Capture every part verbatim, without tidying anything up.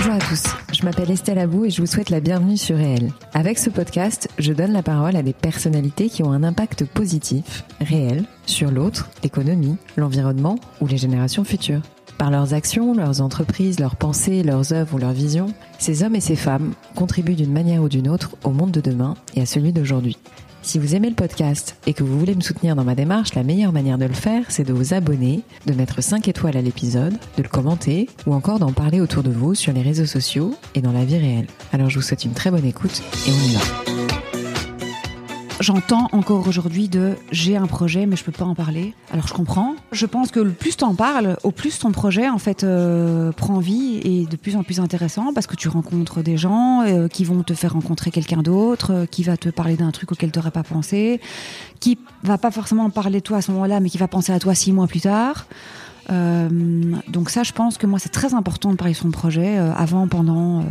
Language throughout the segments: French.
Bonjour à tous, je m'appelle Estelle Abou et je vous souhaite la bienvenue sur Réel. Avec ce podcast, je donne la parole à des personnalités qui ont un impact positif, réel, sur l'autre, l'économie, l'environnement ou les générations futures. Par leurs actions, leurs entreprises, leurs pensées, leurs œuvres ou leurs visions, ces hommes et ces femmes contribuent d'une manière ou d'une autre au monde de demain et à celui d'aujourd'hui. Si vous aimez le podcast et que vous voulez me soutenir dans ma démarche, la meilleure manière de le faire, c'est de vous abonner, de mettre cinq étoiles à l'épisode, de le commenter ou encore d'en parler autour de vous sur les réseaux sociaux et dans la vie réelle. Alors je vous souhaite une très bonne écoute et on y va. J'entends encore aujourd'hui de « j'ai un projet mais je peux pas en parler ». Alors je comprends. Je pense que le plus t'en parles, au plus ton projet en fait euh, prend vie et est de plus en plus intéressant parce que tu rencontres des gens euh, qui vont te faire rencontrer quelqu'un d'autre, euh, qui va te parler d'un truc auquel tu n'aurais pas pensé, qui va pas forcément parler de toi à ce moment-là mais qui va penser à toi six mois plus tard. Euh, donc ça, je pense que moi c'est très important de parler de son projet euh, avant, pendant... Euh,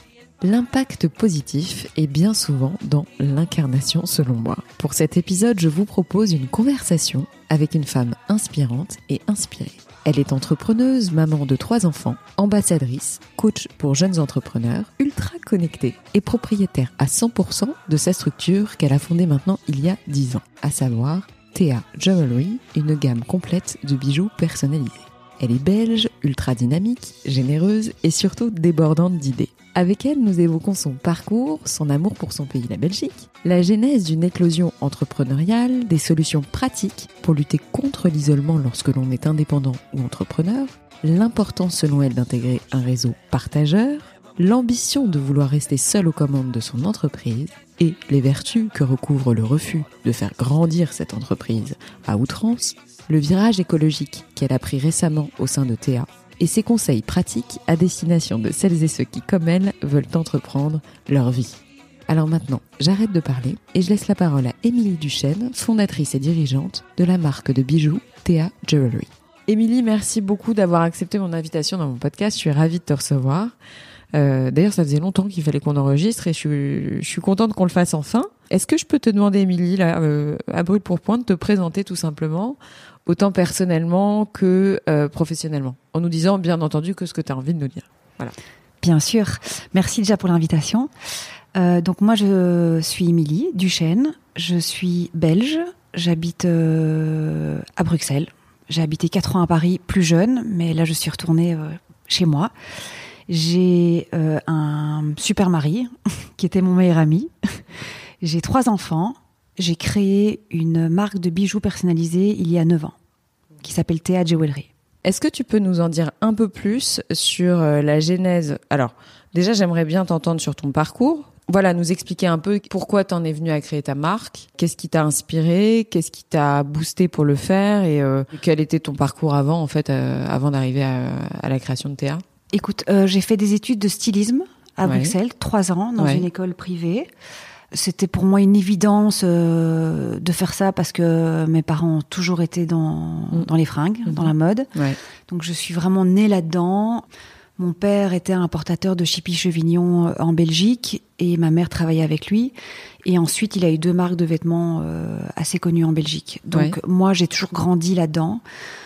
L'impact positif est bien souvent dans l'incarnation selon moi. Pour cet épisode, je vous propose une conversation avec une femme inspirante et inspirée. Elle est entrepreneuse, maman de trois enfants, ambassadrice, coach pour jeunes entrepreneurs, ultra connectée et propriétaire à cent pour cent de sa structure qu'elle a fondée maintenant il y a dix ans, à savoir T A Jewelry, une gamme complète de bijoux personnalisés. Elle est belge, ultra dynamique, généreuse et surtout débordante d'idées. Avec elle, nous évoquons son parcours, son amour pour son pays, la Belgique, la genèse d'une éclosion entrepreneuriale, des solutions pratiques pour lutter contre l'isolement lorsque l'on est indépendant ou entrepreneur, l'importance selon elle d'intégrer un réseau partageur, l'ambition de vouloir rester seule aux commandes de son entreprise et les vertus que recouvre le refus de faire grandir cette entreprise à outrance, le virage écologique qu'elle a pris récemment au sein de T A et ses conseils pratiques à destination de celles et ceux qui, comme elle, veulent entreprendre leur vie. Alors maintenant, j'arrête de parler et je laisse la parole à Émilie Duchesne, fondatrice et dirigeante de la marque de bijoux T A Jewelry. Émilie, merci beaucoup d'avoir accepté mon invitation dans mon podcast. Je suis ravie de te recevoir. Euh, d'ailleurs, ça faisait longtemps qu'il fallait qu'on enregistre et je suis, je suis contente qu'on le fasse enfin. Est-ce que je peux te demander, Émilie, là, euh, à brûle pour point, de te présenter tout simplement, autant personnellement que euh, professionnellement, en nous disant bien entendu que ce que tu as envie de nous dire. Voilà. Bien sûr. Merci déjà pour l'invitation. Euh, donc moi, je suis Émilie Duchesne. Je suis belge. J'habite euh, à Bruxelles. J'ai habité quatre ans à Paris, plus jeune, mais là, je suis retournée euh, chez moi. J'ai euh, un super mari qui était mon meilleur ami. J'ai trois enfants. J'ai créé une marque de bijoux personnalisés il y a neuf ans, qui s'appelle T A Jewelry. Est-ce que tu peux nous en dire un peu plus sur la genèse ? Alors, déjà, j'aimerais bien t'entendre sur ton parcours. Voilà, nous expliquer un peu pourquoi t'en es venue à créer ta marque, qu'est-ce qui t'a inspiré, qu'est-ce qui t'a boosté pour le faire et euh, quel était ton parcours avant, en fait, euh, avant d'arriver à, à la création de T A ? Écoute, euh, j'ai fait des études de stylisme à ouais. Bruxelles, trois ans, dans ouais. une école privée. C'était pour moi une évidence euh, de faire ça parce que mes parents ont toujours été dans, mmh. dans les fringues, mmh. dans la mode. Ouais. Donc je suis vraiment née là-dedans. Mon père était un importateur de Chippy Chevignon en Belgique et ma mère travaillait avec lui. Et ensuite, il a eu deux marques de vêtements euh, assez connues en Belgique. Donc ouais. moi, j'ai toujours grandi là-dedans.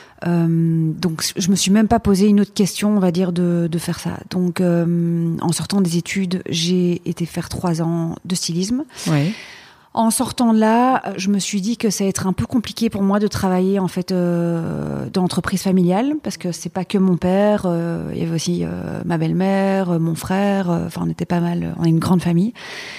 Euh, donc je me suis même pas posé une autre question, on va dire, de, de faire ça. Donc euh, en sortant des études, j'ai été faire trois ans de stylisme. Ouais. En sortant de là, je me suis dit que ça allait être un peu compliqué pour moi de travailler en fait euh, dans l'entreprise familiale parce que c'est pas que mon père, euh, il y avait aussi euh, ma belle-mère, mon frère. Enfin, euh, on était pas mal, on est une grande famille.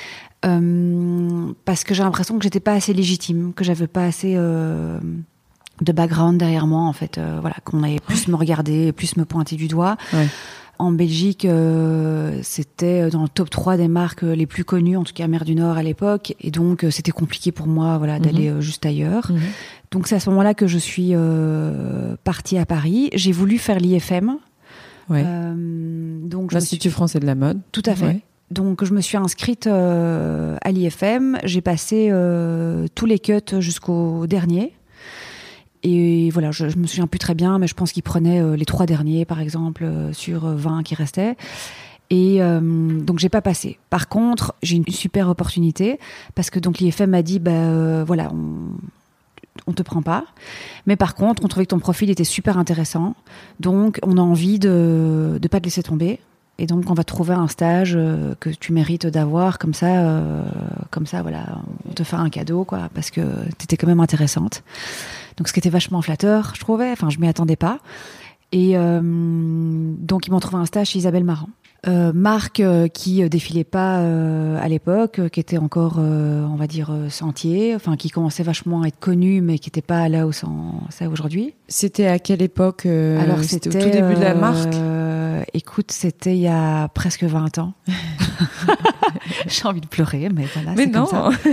Euh, parce que j'ai l'impression que j'étais pas assez légitime, que j'avais pas assez euh, de background derrière moi en fait, euh, voilà, qu'on allait plus me regarder, plus me pointer du doigt. Ouais. En Belgique, euh, c'était dans le top trois des marques les plus connues, en tout cas Mer du Nord à l'époque, et donc euh, c'était compliqué pour moi, voilà, d'aller mmh. euh, juste ailleurs. Mmh. Donc c'est à ce moment-là que je suis euh, partie à Paris. J'ai voulu faire l'I F M. Ouais. Euh, donc l'Institut suis... français de la mode. Tout à fait. Ouais. Donc je me suis inscrite euh, à l'I F M. J'ai passé euh, tous les cuts jusqu'au dernier. Et voilà, je, je me souviens plus très bien, mais je pense qu'ils prenaient euh, les trois derniers, par exemple, euh, sur vingt qui restaient. Et euh, donc, j'ai pas passé. Par contre, j'ai une super opportunité, parce que donc l'I F M m'a dit, bah, euh, voilà, on, on te prend pas. Mais par contre, on trouvait que ton profil était super intéressant. Donc, on a envie de ne pas te laisser tomber. Et donc, on va trouver un stage euh, que tu mérites d'avoir, comme ça, euh, comme ça, voilà, on te fait un cadeau, quoi, parce que t'étais quand même intéressante. Donc, ce qui était vachement flatteur, je trouvais. Enfin, je m'y attendais pas. Et euh, donc, ils m'ont trouvé un stage chez Isabelle Marant. Euh, marque euh, qui euh, défilait pas euh, à l'époque, euh, qui était encore, euh, on va dire, euh, sentier, enfin qui commençait vachement à être connue, mais qui n'était pas là où c'est aujourd'hui. C'était à quelle époque euh, Alors c'était, c'était au tout début de la marque. euh, Écoute, c'était il y a presque vingt ans. J'ai envie de pleurer, mais voilà, mais c'est non. comme ça.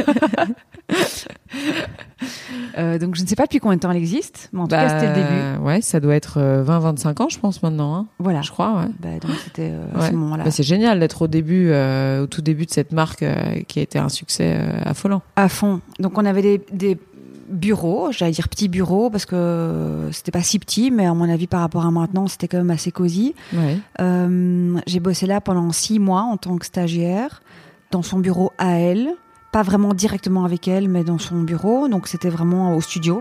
euh, donc je ne sais pas depuis combien de temps elle existe, mais en bah, tout cas c'était le début. Ouais, ça doit être vingt à vingt-cinq ans, je pense maintenant. Hein. Voilà. Je crois, ouais. Bah, donc c'était euh, ouais. à ce moment-là. Bah, c'est génial d'être au début, euh, au tout début de cette marque euh, qui a été un succès euh, affolant. À fond. Donc on avait des, des bureaux, j'allais dire petits bureaux parce que c'était pas si petit, mais à mon avis par rapport à maintenant c'était quand même assez cosy. Ouais. Euh, j'ai bossé là pendant six mois en tant que stagiaire dans son bureau à elle. Pas vraiment directement avec elle, mais dans son bureau. Donc, c'était vraiment au studio.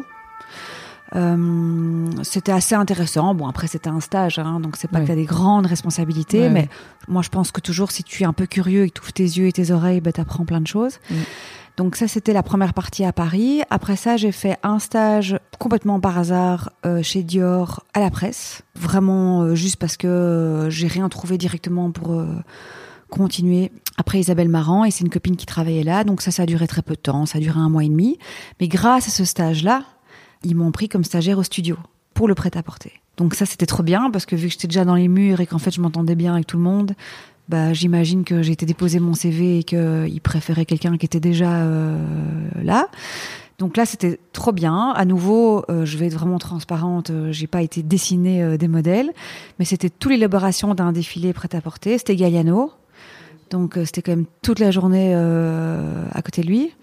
Euh, c'était assez intéressant. Bon, après, c'était un stage, hein, donc c'est pas ouais. que t'as des grandes responsabilités. Ouais. Mais moi, je pense que toujours, si tu es un peu curieux et que tu ouvres tes yeux et tes oreilles, bah, t'apprends plein de choses. Mm. Donc, ça, c'était la première partie à Paris. Après ça, j'ai fait un stage complètement par hasard euh, chez Dior à la presse. Vraiment, euh, juste parce que euh, j'ai rien trouvé directement pour... Euh, continuer après Isabelle Marant, et c'est une copine qui travaillait là, donc ça, ça a duré très peu de temps, ça a duré un mois et demi, mais grâce à ce stage-là, ils m'ont pris comme stagiaire au studio pour le prêt-à-porter. Donc ça, c'était trop bien, parce que vu que j'étais déjà dans les murs et qu'en fait je m'entendais bien avec tout le monde, bah, j'imagine que j'ai été déposer mon C V et qu'ils préféraient quelqu'un qui était déjà euh, là. Donc là, c'était trop bien. À nouveau, euh, je vais être vraiment transparente, euh, j'ai pas été dessiner euh, des modèles, mais c'était toute l'élaboration d'un défilé prêt-à-porter. C'était Galliano. Donc, euh, c'était quand même toute la journée euh, à côté de lui.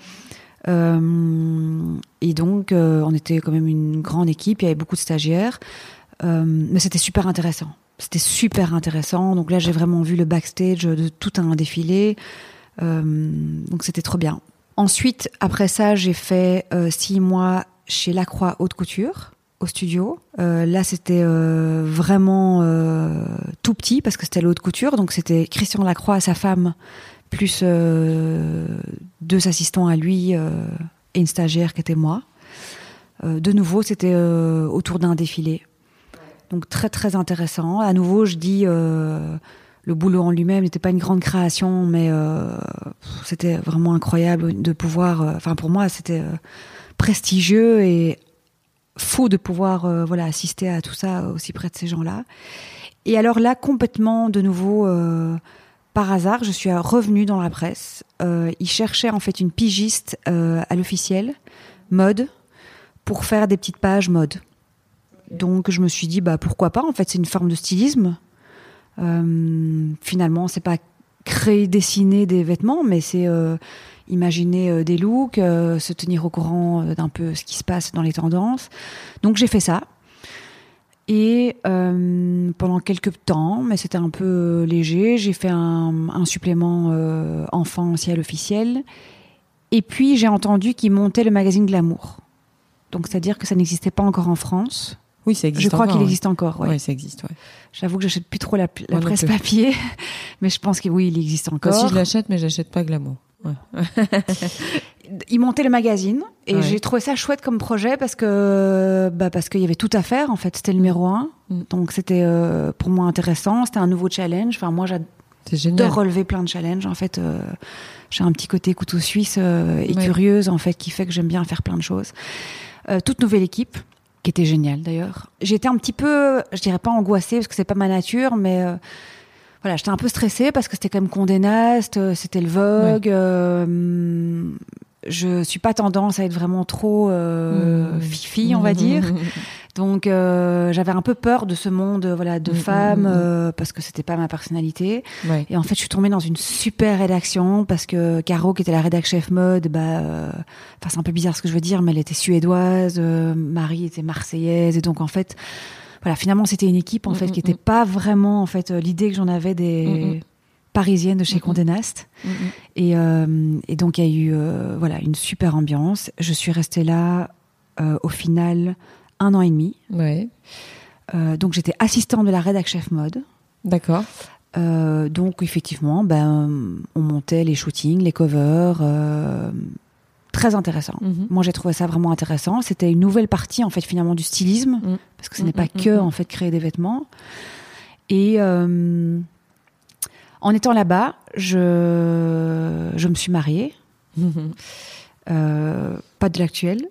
Euh, et donc, euh, on était quand même une grande équipe. Il y avait beaucoup de stagiaires. Euh, mais c'était super intéressant. C'était super intéressant. Donc là, j'ai vraiment vu le backstage de tout un défilé. Euh, donc, c'était trop bien. Ensuite, après ça, j'ai fait euh, six mois chez Lacroix Haute Couture, au studio. Euh, là, c'était euh, vraiment euh, tout petit parce que c'était la haute couture. Donc, c'était Christian Lacroix et sa femme, plus euh, deux assistants à lui euh, et une stagiaire qui était moi. Euh, de nouveau, c'était euh, autour d'un défilé. Donc, très, très intéressant. À nouveau, je dis, euh, le boulot en lui-même n'était pas une grande création, mais euh, c'était vraiment incroyable de pouvoir... Enfin, euh, pour moi, c'était euh, prestigieux et fou de pouvoir euh, voilà, assister à tout ça aussi près de ces gens-là. Et alors là, complètement, de nouveau, euh, par hasard, je suis revenue dans la presse. Euh, ils cherchaient en fait une pigiste euh, à l'officiel, mode, pour faire des petites pages mode. Donc je me suis dit, bah, pourquoi pas, en fait, c'est une forme de stylisme. Euh, finalement, c'est pas créer, dessiner des vêtements, mais c'est... Euh, imaginer euh, des looks, euh, se tenir au courant euh, d'un peu ce qui se passe dans les tendances. Donc j'ai fait ça. Et euh, pendant quelques temps, mais c'était un peu euh, léger, j'ai fait un, un supplément euh, enfant aussi à l'officiel. Et puis j'ai entendu qu'ils montaient le magazine Glamour. Donc c'est-à-dire que ça n'existait pas encore en France. Oui, ça existe Je crois encore, qu'il ouais. existe encore. Ouais. Oui, ça existe, ouais. J'avoue que j'achète plus trop la, la presse papier, mais je pense que oui, il existe encore. Moi aussi, je l'achète, mais j'achète pas Glamour. Ouais. Ils montaient le magazine et ouais. j'ai trouvé ça chouette comme projet parce que bah parce qu'il y avait tout à faire en fait, c'était le numéro un, mm. donc c'était euh, pour moi intéressant, c'était un nouveau challenge. Enfin moi j'adore relever plein de challenges en fait. Euh, j'ai un petit côté couteau suisse euh, et ouais. curieuse en fait qui fait que j'aime bien faire plein de choses. Euh, toute nouvelle équipe qui était géniale d'ailleurs. J'étais un petit peu, je dirais pas angoissée parce que c'est pas ma nature, mais euh, voilà, j'étais un peu stressée parce que c'était quand même Condé Nast, c'était le Vogue. Ouais. Euh, je suis pas tendance à être vraiment trop euh, mmh. fifi, on va dire. Donc euh, j'avais un peu peur de ce monde, voilà, de mmh, femmes, mmh. euh, parce que c'était pas ma personnalité. Ouais. Et en fait, je suis tombée dans une super rédaction parce que Caro, qui était la rédac chef mode, bah, euh, enfin c'est un peu bizarre ce que je veux dire, mais elle était suédoise, euh, Marie était marseillaise, et donc en fait. Voilà, finalement, c'était une équipe en mmh, fait qui n'était mmh. pas vraiment en fait l'idée que j'en avais des mmh. parisiennes de chez mmh. Condé Nast. Mmh. Et, euh, et donc il y a eu euh, voilà une super ambiance. Je suis restée là euh, au final un an et demi. Ouais. Euh, donc j'étais assistante de la rédac chef mode. D'accord. Euh, donc effectivement, ben, on montait les shootings, les covers, euh, très intéressant. Mm-hmm. Moi, j'ai trouvé ça vraiment intéressant. C'était une nouvelle partie en fait finalement du stylisme, mm. parce que ce mm-hmm. n'est pas que en fait créer des vêtements. Et euh, en étant là-bas, je je me suis mariée, mm-hmm. euh, pas de l'actuel,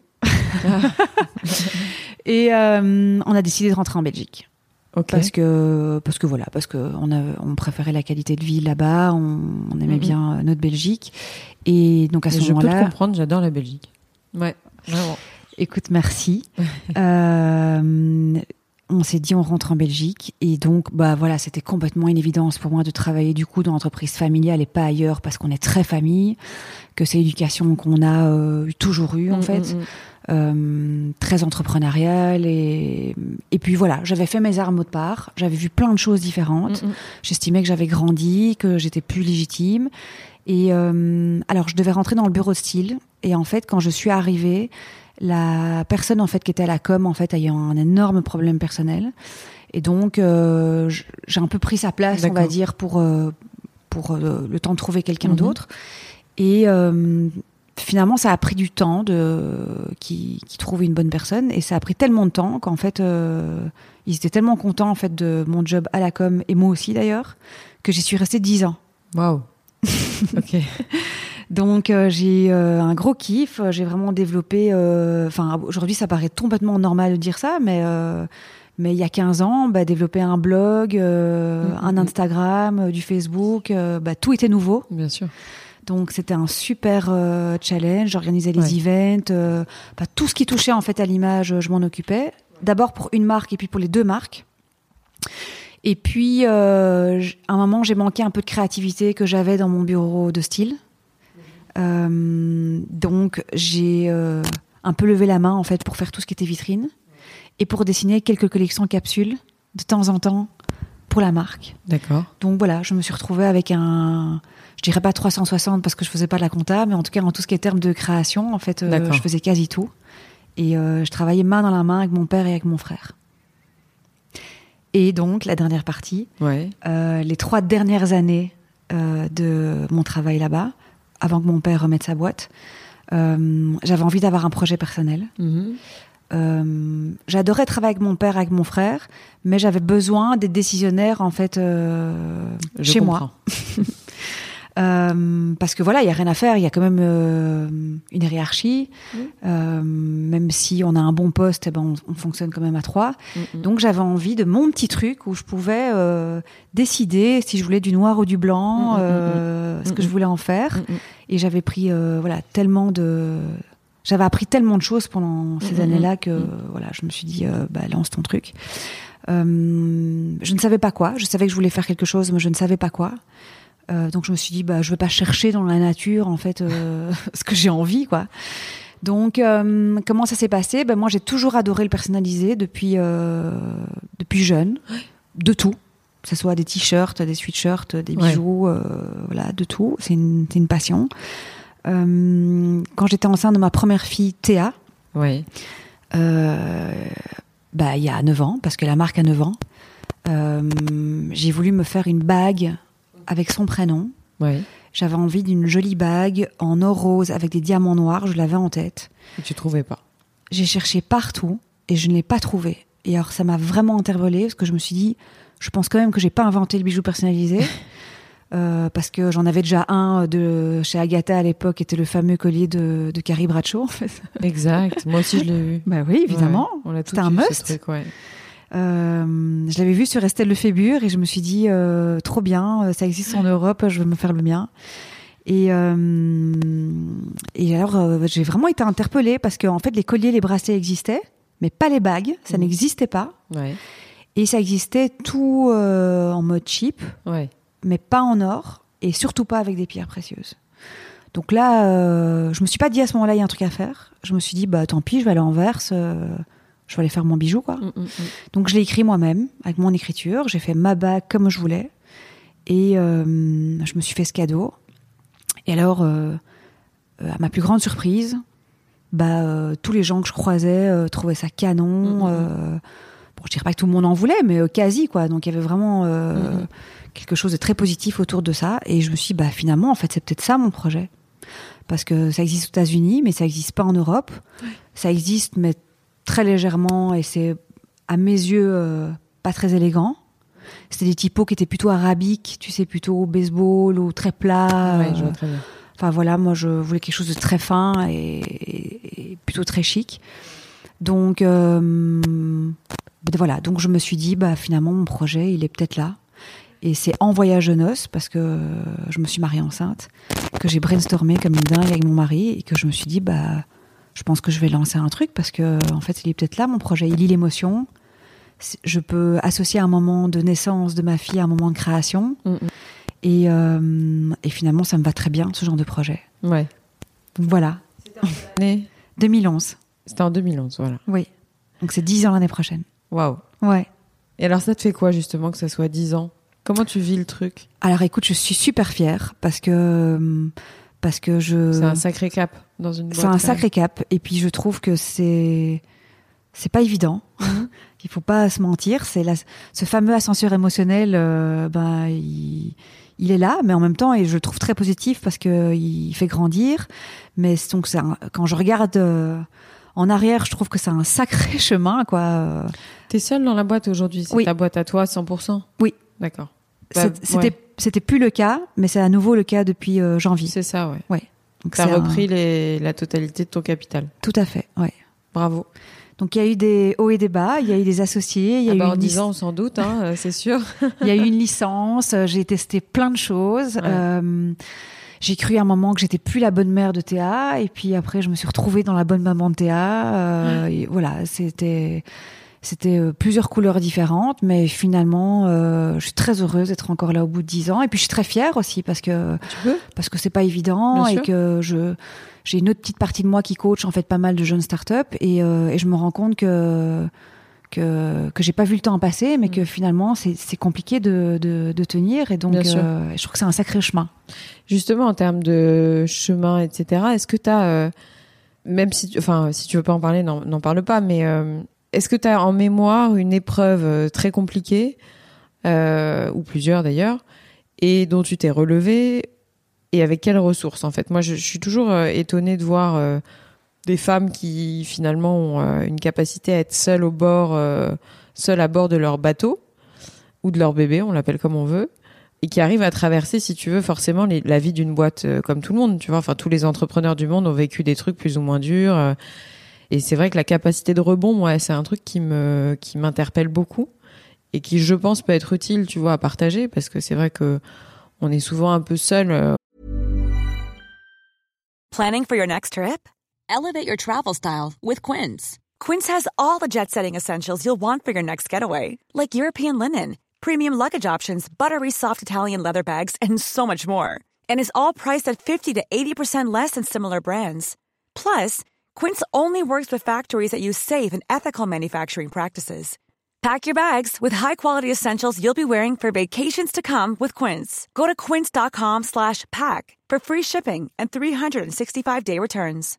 et euh, on a décidé de rentrer en Belgique. Okay. Parce que parce que voilà parce que on a on préférait la qualité de vie là-bas, on, on aimait mm-hmm. bien notre Belgique et donc à ce je moment-là je peux te comprendre, j'adore la Belgique. Ouais, vraiment. Écoute, merci. euh, on s'est dit on rentre en Belgique et donc bah voilà, c'était complètement une évidence pour moi de travailler du coup dans l'entreprise familiale et pas ailleurs parce qu'on est très famille, que c'est l'éducation qu'on a euh, toujours eue en mm-hmm. fait. Euh, très entrepreneuriale et et puis voilà, j'avais fait mes armes autre part, j'avais vu plein de choses différentes, mm-hmm. j'estimais que j'avais grandi, que j'étais plus légitime et euh, alors je devais rentrer dans le bureau de style et en fait quand je suis arrivée, la personne en fait qui était à la com en fait a eu un énorme problème personnel et donc euh, j'ai un peu pris sa place. D'accord. On va dire pour euh, pour euh, le temps de trouver quelqu'un mm-hmm. d'autre et euh, finalement, ça a pris du temps de qui, qui trouve une bonne personne et ça a pris tellement de temps qu'en fait, euh, ils étaient tellement contents en fait de mon job à la com et moi aussi d'ailleurs que j'y suis restée dix ans. Waouh. Ok. Donc euh, j'ai euh, un gros kiff. J'ai vraiment développé. Enfin, euh, aujourd'hui, ça paraît complètement normal de dire ça, mais euh, mais il y a quinze ans, bah, développer un blog, euh, mmh, un Instagram, euh, du Facebook, euh, bah, tout était nouveau. Bien sûr. Donc c'était un super euh, challenge. J'organisais les ouais. events, euh, bah, tout ce qui touchait en fait à l'image, je m'en occupais. D'abord pour une marque et puis pour les deux marques. Et puis euh, à un moment j'ai manqué un peu de créativité que j'avais dans mon bureau de style. Euh, donc j'ai euh, un peu levé la main en fait pour faire tout ce qui était vitrine et pour dessiner quelques collections capsules de temps en temps pour la marque. D'accord. Donc voilà, je me suis retrouvée avec un, je dirais pas trois cent soixante parce que je faisais pas de la compta, mais en tout cas en tout ce qui est termes de création, en fait, euh, je faisais quasi tout. Et euh, je travaillais main dans la main avec mon père et avec mon frère. Et donc la dernière partie, ouais. euh, les trois dernières années euh, de mon travail là-bas, avant que mon père remette sa boîte, euh, j'avais envie d'avoir un projet personnel. Mmh. Euh, j'adorais travailler avec mon père, avec mon frère, mais j'avais besoin d'être décisionnaire en fait euh, chez comprends. moi. euh, parce que voilà, il y a rien à faire, il y a quand même euh, une hiérarchie. Mmh. Euh, même si on a un bon poste, eh ben on, on fonctionne quand même à trois. Mmh. Donc j'avais envie de mon petit truc où je pouvais euh, décider si je voulais du noir ou du blanc, mmh. euh, mmh. ce que je voulais en faire. Mmh. Et j'avais pris euh, voilà tellement de J'avais appris tellement de choses pendant ces mmh, années-là que mmh. voilà, je me suis dit, euh, bah, lance ton truc. Euh, je ne savais pas quoi. Je savais que je voulais faire quelque chose, mais je ne savais pas quoi. Euh, donc je me suis dit, bah, je ne vais pas chercher dans la nature en fait euh, ce que j'ai envie, quoi. Donc euh, comment ça s'est passé ? Ben moi, j'ai toujours adoré le personnalisé depuis euh, depuis jeune, de tout. Que ce soit des t-shirts, des sweatshirts, des bijoux, ouais. euh, voilà, de tout. C'est une, c'est une passion. Euh, quand j'étais enceinte de ma première fille, Théa, oui. euh, bah, il y a neuf ans, parce que la marque a neuf ans, euh, j'ai voulu me faire une bague avec son prénom. Oui. J'avais envie d'une jolie bague en or rose avec des diamants noirs, je l'avais en tête. Et tu trouvais pas ? J'ai cherché partout et je ne l'ai pas trouvé. Et alors ça m'a vraiment interpellée parce que je me suis dit, je pense quand même que j'ai pas inventé le bijou personnalisé. Euh, parce que j'en avais déjà un de chez Agatha à l'époque, qui était le fameux collier de, de Carrie Bradshaw, en fait. Exact. Moi aussi, je l'ai vu. Bah oui, évidemment. Ouais, on l'a tout C'était un must. Truc, ouais. euh, je l'avais vu sur Estelle Lefébure et je me suis dit, euh, trop bien, ça existe en Europe, je vais me faire le mien. Et, euh, et alors, euh, j'ai vraiment été interpellée parce que, en fait, les colliers, les bracelets existaient, mais pas les bagues. Ça mmh. n'existait pas. Ouais. Et ça existait tout euh, en mode cheap. Ouais. Mais pas en or, et surtout pas avec des pierres précieuses. Donc là, euh, je me suis pas dit à ce moment-là, il y a un truc à faire. Je me suis dit, bah tant pis, je vais aller en Verse, euh, je vais aller faire mon bijou, quoi. Mm, mm, mm. Donc je l'ai écrit moi-même, avec mon écriture, j'ai fait ma bague comme je voulais, et euh, je me suis fait ce cadeau. Et alors, euh, à ma plus grande surprise, bah, euh, tous les gens que je croisais euh, trouvaient ça canon, mm, mm. Euh, bon, je dirais pas que tout le monde en voulait, mais quasi, quoi. Donc, il y avait vraiment euh, mmh. quelque chose de très positif autour de ça. Et je me suis dit, bah, finalement, en fait, c'est peut-être ça mon projet. Parce que ça existe aux États-Unis, mais ça n'existe pas en Europe. Ouais. Ça existe, mais très légèrement, et c'est, à mes yeux, euh, pas très élégant. C'était des typos qui étaient plutôt arabiques, tu sais, plutôt baseball ou très plat. Ouais, je vois très bien. Enfin voilà, moi je voulais quelque chose de très fin et, et, et plutôt très chic. Donc euh, voilà, donc je me suis dit, bah finalement mon projet il est peut-être là. Et c'est en voyage de noces, parce que je me suis mariée enceinte, que j'ai brainstormé comme une dingue avec mon mari et que je me suis dit, bah je pense que je vais lancer un truc parce que en fait il est peut-être là mon projet. Il lie l'émotion. Je peux associer un moment de naissance de ma fille à un moment de création. Mmh. Et, euh, et finalement, ça me va très bien, ce genre de projet. Ouais. Donc voilà. C'était en quelle année ? deux mille onze. C'était en deux mille onze, voilà. Oui. Donc c'est dix ans l'année prochaine. Waouh. Ouais. Et alors, ça te fait quoi, justement, que ça soit dix ans ? Comment tu vis le truc ? Alors écoute, je suis super fière parce que... Parce que je... C'est un sacré cap dans une boîte. C'est un sacré cap. Et puis, je trouve que c'est... C'est pas évident. Mmh. Il faut pas se mentir. C'est la, ce fameux ascenseur émotionnel, euh, ben, il, il est là, mais en même temps, et je le trouve très positif parce que il fait grandir. Mais donc, c'est un, quand je regarde euh, en arrière, je trouve que c'est un sacré chemin, quoi. T'es seule dans la boîte aujourd'hui ? C'est oui. ta boîte à toi, cent pour cent ? Oui. D'accord. Bah, c'est, c'était, ouais. c'était plus le cas, mais c'est à nouveau le cas depuis euh, janvier. C'est ça, ouais. Ouais. Donc, t'as c'est repris un... les, la totalité de ton capital. Tout à fait, ouais. Bravo. Donc, il y a eu des hauts et des bas, il y a eu des associés. Il y a ah eu bah une en dix ans, sans doute, hein, c'est sûr. Il y a eu une licence, j'ai testé plein de choses. Ouais. Euh, j'ai cru à un moment que j'étais plus la bonne mère de Théa, et puis après, je me suis retrouvée dans la bonne maman de Théa. Euh, et voilà, c'était, c'était plusieurs couleurs différentes, mais finalement, euh, je suis très heureuse d'être encore là au bout de dix ans. Et puis, je suis très fière aussi parce que, tu peux parce que c'est pas évident. Bien et sûr. Que je... J'ai une autre petite partie de moi qui coach en fait pas mal de jeunes startups et, euh, et je me rends compte que que que j'ai pas vu le temps passer, mais mmh. que finalement c'est c'est compliqué de de, de tenir et donc euh, je trouve que c'est un sacré chemin. Justement en termes de chemin, et cetera. Est-ce que t'as euh, même si tu, enfin si tu veux pas en parler, n'en, n'en parle pas, mais euh, est-ce que t'as en mémoire une épreuve très compliquée euh, ou plusieurs d'ailleurs et dont tu t'es relevée? Et avec quelles ressources, en fait ? Moi, je, je suis toujours euh, étonnée de voir euh, des femmes qui, finalement, ont euh, une capacité à être seules au bord, euh, seules à bord de leur bateau ou de leur bébé, on l'appelle comme on veut, et qui arrivent à traverser, si tu veux, forcément les, la vie d'une boîte euh, comme tout le monde, tu vois. Enfin, tous les entrepreneurs du monde ont vécu des trucs plus ou moins durs. Euh, et c'est vrai que la capacité de rebond, moi, c'est un truc qui me, qui m'interpelle beaucoup et qui, je pense, peut être utile, tu vois, à partager, parce que c'est vrai que on est souvent un peu seul. Euh, Planning for your next trip? Elevate your travel style with Quince. Quince has all the jet-setting essentials you'll want for your next getaway, like European linen, premium luggage options, buttery soft Italian leather bags, and so much more. And is all priced at fifty to eighty percent less than similar brands. Plus, Quince only works with factories that use safe and ethical manufacturing practices. Pack your bags with high-quality essentials you'll be wearing for vacations to come with Quince. Go to quince.com slash pack for free shipping and three sixty-five day returns.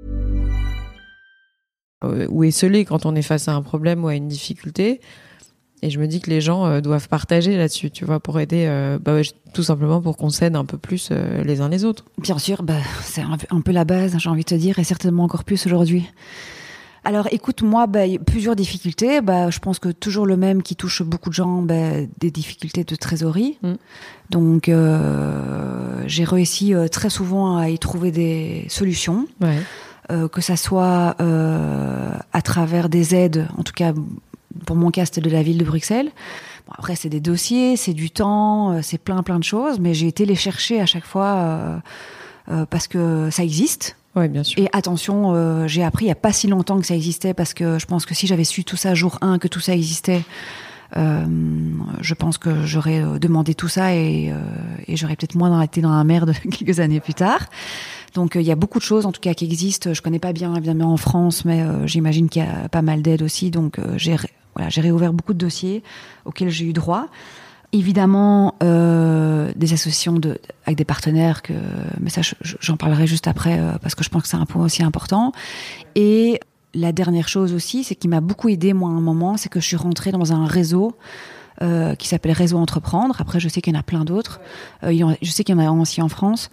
Ou esselé quand on est face à un problème ou à une difficulté. Et je me dis que les gens euh, doivent partager là-dessus, tu vois, pour aider, euh, bah, tout simplement pour qu'on s'aide un peu plus euh, les uns les autres. Bien sûr, bah, c'est un, un peu la base, j'ai envie de te dire, et certainement encore plus aujourd'hui. Alors, écoute, moi, bah, y a plusieurs difficultés. Bah, je pense que toujours le même qui touche beaucoup de gens, bah, des difficultés de trésorerie. Mm. Donc, euh, j'ai réussi euh, très souvent à y trouver des solutions. Ouais. Euh, que ça soit euh, à travers des aides, en tout cas, pour mon cas, c'était de la ville de Bruxelles. Bon, après, c'est des dossiers, c'est du temps, c'est plein, plein de choses, mais j'ai été les chercher à chaque fois euh, euh, parce que ça existe. Ouais, bien sûr. Et attention, euh, j'ai appris il y a pas si longtemps que ça existait parce que je pense que si j'avais su tout ça jour un, que tout ça existait, euh, je pense que j'aurais demandé tout ça et, euh, et j'aurais peut-être moins été dans la merde quelques années plus tard. Donc il euh, y a beaucoup de choses en tout cas qui existent. Je connais pas bien évidemment en France, mais euh, j'imagine qu'il y a pas mal d'aides aussi. Donc euh, j'ai voilà, j'ai réouvert beaucoup de dossiers auxquels j'ai eu droit. Évidemment, euh, des associations de, avec des partenaires, que, mais ça, je, j'en parlerai juste après, euh, parce que je pense que c'est un point aussi important. Et la dernière chose aussi, c'est qui m'a beaucoup aidée, moi, à un moment, c'est que je suis rentrée dans un réseau euh, qui s'appelle Réseau Entreprendre. Après, je sais qu'il y en a plein d'autres. Euh, il y en a, je sais qu'il y en a aussi en France.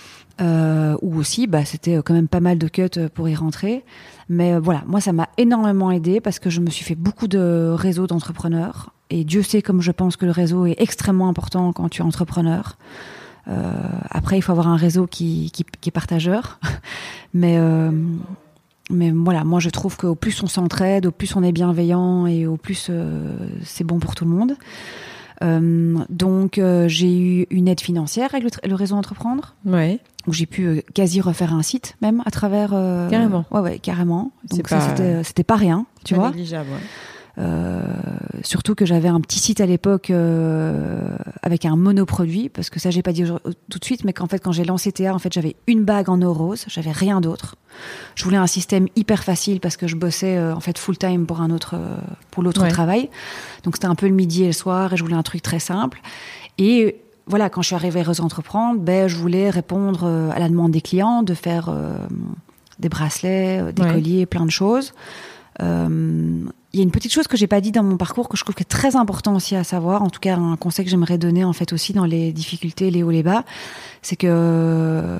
Euh, où aussi, bah, c'était quand même pas mal de cuts pour y rentrer. Mais euh, voilà, moi, ça m'a énormément aidée parce que je me suis fait beaucoup de réseaux d'entrepreneurs. Et Dieu sait comme je pense que le réseau est extrêmement important quand tu es entrepreneur. Euh, après, il faut avoir un réseau qui, qui, qui est partageur. mais, euh, mais voilà, moi, je trouve qu'au plus on s'entraide, au plus on est bienveillant et au plus euh, c'est bon pour tout le monde. Euh, donc, euh, j'ai eu une aide financière avec le, le réseau Entreprendre. Ouais. Où j'ai pu euh, quasi refaire un site, même, à travers... Euh, carrément. Ouais, ouais, carrément. Donc, c'est ça, pas, c'était, c'était pas rien, tu pas vois. négligeable, ouais. Euh, surtout que j'avais un petit site à l'époque euh, avec un monoproduit, parce que ça, j'ai pas dit tout de suite, mais qu'en fait, quand j'ai lancé Théa, en fait, j'avais une bague en eau rose, j'avais rien d'autre. Je voulais un système hyper facile parce que je bossais euh, en fait full time pour un autre, euh, pour l'autre ouais. travail. Donc, c'était un peu le midi et le soir, et je voulais un truc très simple. Et voilà, quand je suis arrivée à Réseau Entreprendre, ben, je voulais répondre à la demande des clients, de faire euh, des bracelets, des ouais. colliers, plein de choses. Euh, il y a une petite chose que j'ai pas dit dans mon parcours que je trouve que est très important aussi à savoir, en tout cas un conseil que j'aimerais donner en fait aussi dans les difficultés, les hauts, les bas, c'est que euh,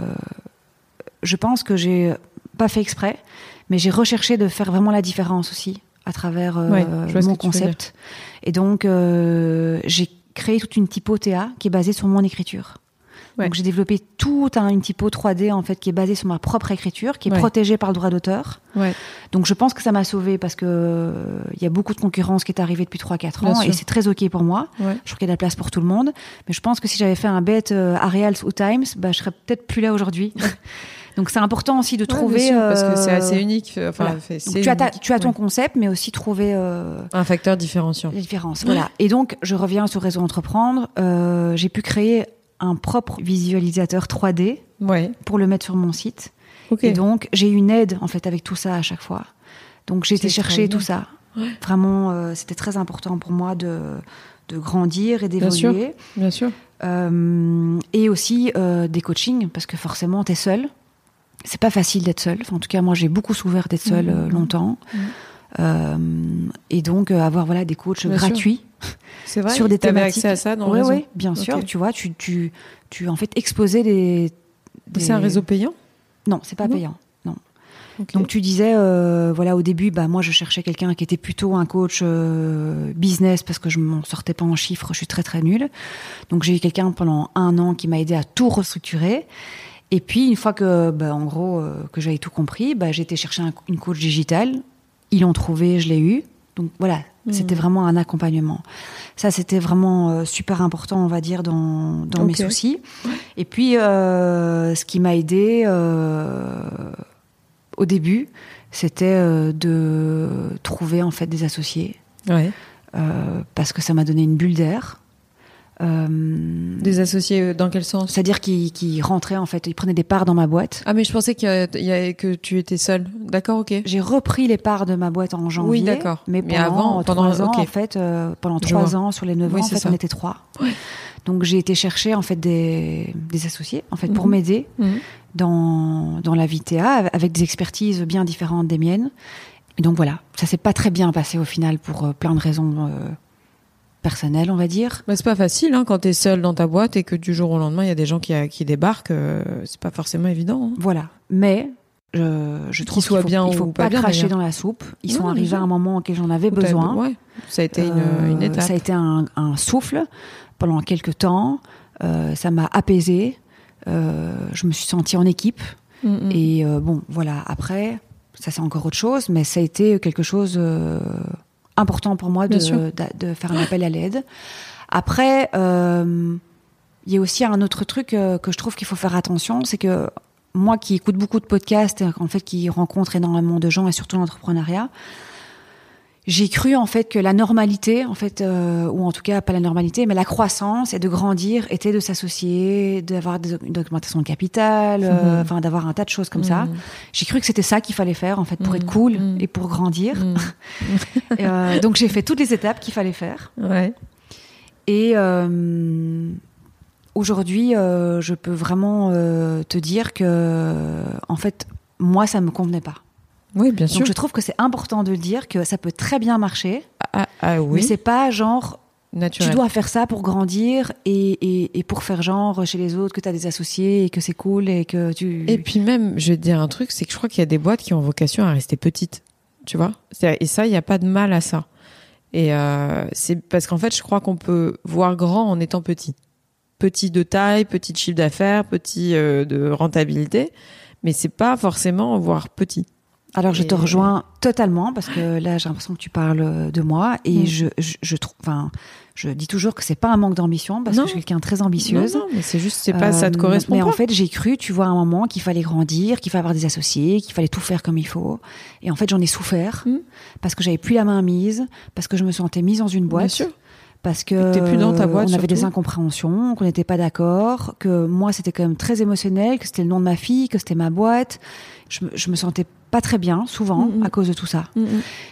je pense que j'ai pas fait exprès, mais j'ai recherché de faire vraiment la différence aussi à travers euh, ouais, mon concept. Et donc euh, j'ai créé toute une typo Théa qui est basée sur mon écriture. Ouais. Donc j'ai développé toute un, une typo trois D en fait qui est basée sur ma propre écriture, qui est ouais. protégée par le droit d'auteur. Ouais. Donc je pense que ça m'a sauvée parce que euh, y a beaucoup de concurrence qui est arrivée depuis trois quatre ans et c'est très ok pour moi. Ouais. Je trouve qu'il y a de la place pour tout le monde. Mais je pense que si j'avais fait un bête euh, Arial ou Times, bah je serais peut-être plus là aujourd'hui. Donc c'est important aussi de trouver ouais, sûr, euh, parce que c'est assez unique. Enfin, voilà. c'est donc, tu as ta, tu as ton ouais. concept, mais aussi trouver euh, un facteur différenciant. La différence. Ouais. Voilà. Et donc je reviens sur Réseau Entreprendre. Euh, j'ai pu créer un propre visualisateur trois D ouais. pour le mettre sur mon site. Okay. Et donc, j'ai une aide, en fait, avec tout ça à chaque fois. Donc, j'ai c'est été chercher tout ça. Ouais. Vraiment, euh, c'était très important pour moi de, de grandir et d'évoluer. Bien sûr, bien sûr. Euh, et aussi euh, des coachings, parce que forcément, t'es seule. C'est pas facile d'être seule. Enfin, en tout cas, moi, j'ai beaucoup souffert d'être seule mmh. euh, longtemps. Mmh. Euh, et donc, euh, avoir voilà, des coachs bien gratuits. Sûr. C'est vrai, sur des thématiques. Accès à ça dans le ouais, réseau. Oui, bien okay. sûr. Tu vois, tu, tu, tu en fait exposais des, des... C'est un réseau payant ? Non, c'est pas non. payant. Non. Okay. Donc tu disais, euh, voilà, au début, bah moi je cherchais quelqu'un qui était plutôt un coach euh, business parce que je m'en sortais pas en chiffres, je suis très très nulle. Donc j'ai eu quelqu'un pendant un an qui m'a aidé à tout restructurer. Et puis une fois que, bah, en gros, euh, que j'avais tout compris, bah j'ai été chercher un, une coach digitale. Ils l'ont trouvé, je l'ai eu. Donc voilà, mmh. c'était vraiment un accompagnement. Ça, c'était vraiment euh, super important, on va dire, dans, dans okay. mes soucis. Et puis, euh, ce qui m'a aidée euh, au début, c'était euh, de trouver en fait des associés. Ouais. Euh, parce que ça m'a donné une bulle d'air. Euh, des associés dans quel sens ? C'est-à-dire qu'ils, qu'ils rentraient en fait, ils prenaient des parts dans ma boîte. Ah mais je pensais qu'il y a, il y a, que tu étais seule. D'accord, ok. J'ai repris les parts de ma boîte en janvier. Oui, d'accord. Mais, mais pendant avant, trois pendant, ans okay. en fait, euh, pendant trois ans sur les neuf oui, ans, en fait, ça. on était trois. Ouais. Donc j'ai été chercher en fait des, des associés en fait pour mm-hmm. m'aider mm-hmm. dans dans la vie Théa avec des expertises bien différentes des miennes. Et donc voilà, ça s'est pas très bien passé au final pour euh, plein de raisons. Euh, personnel, on va dire. Bah, c'est pas facile hein, quand t'es seule dans ta boîte et que du jour au lendemain il y a des gens qui, qui débarquent, euh, c'est pas forcément évident. Hein. Voilà, mais je, je trouve qu'il faut, bien il faut ou pas, pas bien, cracher d'ailleurs. dans la soupe. Ils non, sont arrivés à un moment auquel j'en avais ou besoin. Ouais. Ça a été une, euh, une étape. Ça a été un, un souffle pendant quelques temps. Euh, ça m'a apaisée. Euh, je me suis sentie en équipe. Mm-hmm. Et euh, bon, voilà. Après, ça c'est encore autre chose, mais ça a été quelque chose euh, important pour moi de, de, de faire un appel à l'aide. Après, il euh, y a aussi un autre truc euh, que je trouve qu'il faut faire attention, c'est que moi qui écoute beaucoup de podcasts, et en fait qui rencontre énormément de gens et surtout l'entrepreneuriat, j'ai cru en fait que la normalité, en fait, euh, ou en tout cas pas la normalité, mais la croissance et de grandir était de s'associer, d'avoir des, une augmentation de capital, mmh. euh, enfin d'avoir un tas de choses comme mmh. ça. J'ai cru que c'était ça qu'il fallait faire en fait pour mmh. être cool mmh. et pour grandir. Mmh. et, euh, donc j'ai fait toutes les étapes qu'il fallait faire. Ouais. Et euh, aujourd'hui, euh, je peux vraiment euh, te dire que, en fait, moi, ça me convenait pas. Oui, bien sûr. Donc je trouve que c'est important de le dire, que ça peut très bien marcher. Ah, ah oui. Mais c'est pas genre... naturel. Tu dois faire ça pour grandir et, et, et pour faire genre chez les autres que tu as des associés et que c'est cool et que tu... Et puis même, je vais te dire un truc, c'est que je crois qu'il y a des boîtes qui ont vocation à rester petites, tu vois. Et ça, il n'y a pas de mal à ça. Et euh, c'est parce qu'en fait, je crois qu'on peut voir grand en étant petit. Petit de taille, petit de chiffre d'affaires, petit euh, de rentabilité, mais c'est pas forcément voir petit. Alors je et... te rejoins totalement parce que là j'ai l'impression que tu parles de moi et mmh. je je, je trouve enfin je dis toujours que c'est pas un manque d'ambition parce non. que je suis quelqu'un de très ambitieuse. Non, non mais c'est juste c'est pas euh, ça te correspond mais pas. Mais en fait j'ai cru tu vois à un moment qu'il fallait grandir, qu'il fallait avoir des associés, qu'il fallait tout faire comme il faut et en fait j'en ai souffert mmh. parce que j'avais plus la main mise, parce que je me sentais mise dans une boîte. Bien sûr. Parce que t'es plus dans ta boîte, on avait surtout. Des incompréhensions, qu'on n'était pas d'accord, que moi c'était quand même très émotionnel, que c'était le nom de ma fille, que c'était ma boîte. Je, je me sentais pas très bien, souvent, mmh. à cause de tout ça. Mmh.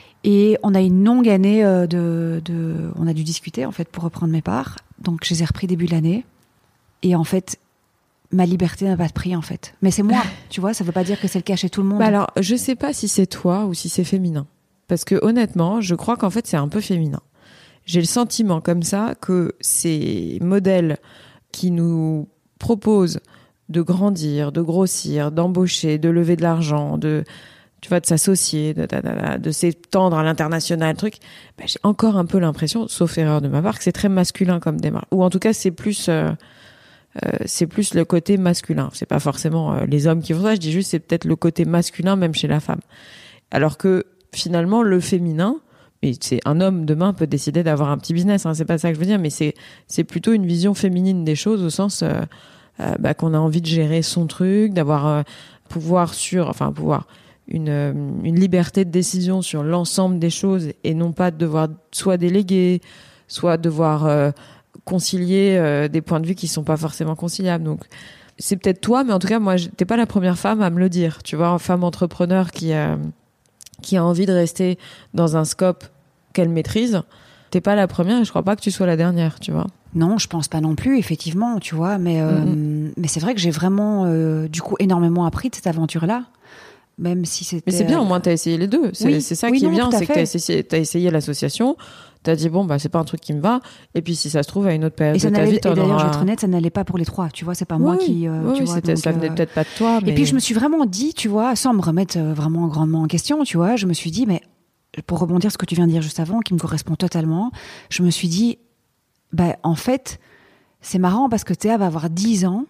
Et on a une longue année de, de... On a dû discuter, en fait, pour reprendre mes parts. Donc, je les ai repris début de l'année. Et en fait, ma liberté n'a pas de prix, en fait. Mais c'est moi, tu vois, ça veut pas dire que c'est le cas chez tout le monde. Bah alors, je sais pas si c'est toi ou si c'est féminin. Parce que, honnêtement, je crois qu'en fait, c'est un peu féminin. J'ai le sentiment, comme ça, que ces modèles qui nous proposent de grandir, de grossir, d'embaucher, de lever de l'argent, de... tu vois, de s'associer, de, de, de, de s'étendre à l'international, truc, ben, j'ai encore un peu l'impression, sauf erreur de ma part, que c'est très masculin comme démarche. Ou en tout cas, c'est plus, euh, euh, c'est plus le côté masculin. C'est pas forcément euh, les hommes qui font ça, je dis juste c'est peut-être le côté masculin même chez la femme. Alors que finalement, le féminin, mais c'est un homme demain peut décider d'avoir un petit business, hein, c'est pas ça que je veux dire, mais c'est, c'est plutôt une vision féminine des choses au sens euh, euh, bah, qu'on a envie de gérer son truc, d'avoir euh, pouvoir sur, enfin pouvoir... Une, une liberté de décision sur l'ensemble des choses et non pas de devoir soit déléguer, soit devoir euh, concilier euh, des points de vue qui sont pas forcément conciliables. Donc c'est peut-être toi, mais en tout cas moi t'es pas la première femme à me le dire. Tu vois, une femme entrepreneur qui a qui a envie de rester dans un scope qu'elle maîtrise. T'es pas la première et je crois pas que tu sois la dernière. Tu vois. Non, je pense pas non plus, effectivement, tu vois. Mais euh, mm-hmm. mais c'est vrai que j'ai vraiment euh, du coup énormément appris de cette aventure-là. Même si c'était... Mais c'est bien, au moins t'as essayé les deux. C'est, oui, c'est ça oui, qui non, est bien, c'est fait. que t'as essayé, t'as essayé l'association, t'as dit bon bah c'est pas un truc qui me va, et puis si ça se trouve à une autre période et ça de ta vie, t'en et d'ailleurs auras... je vais être honnête, ça n'allait pas pour les trois, tu vois, c'est pas oui, moi qui... Euh, oui, tu oui, vois, c'était, donc, ça venait euh... peut-être pas de toi. Mais... Et puis je me suis vraiment dit, tu vois, sans me remettre vraiment grandement en question, tu vois, je me suis dit, mais pour rebondir sur ce que tu viens de dire juste avant, qui me correspond totalement, je me suis dit, bah en fait, c'est marrant parce que Théa va avoir dix ans.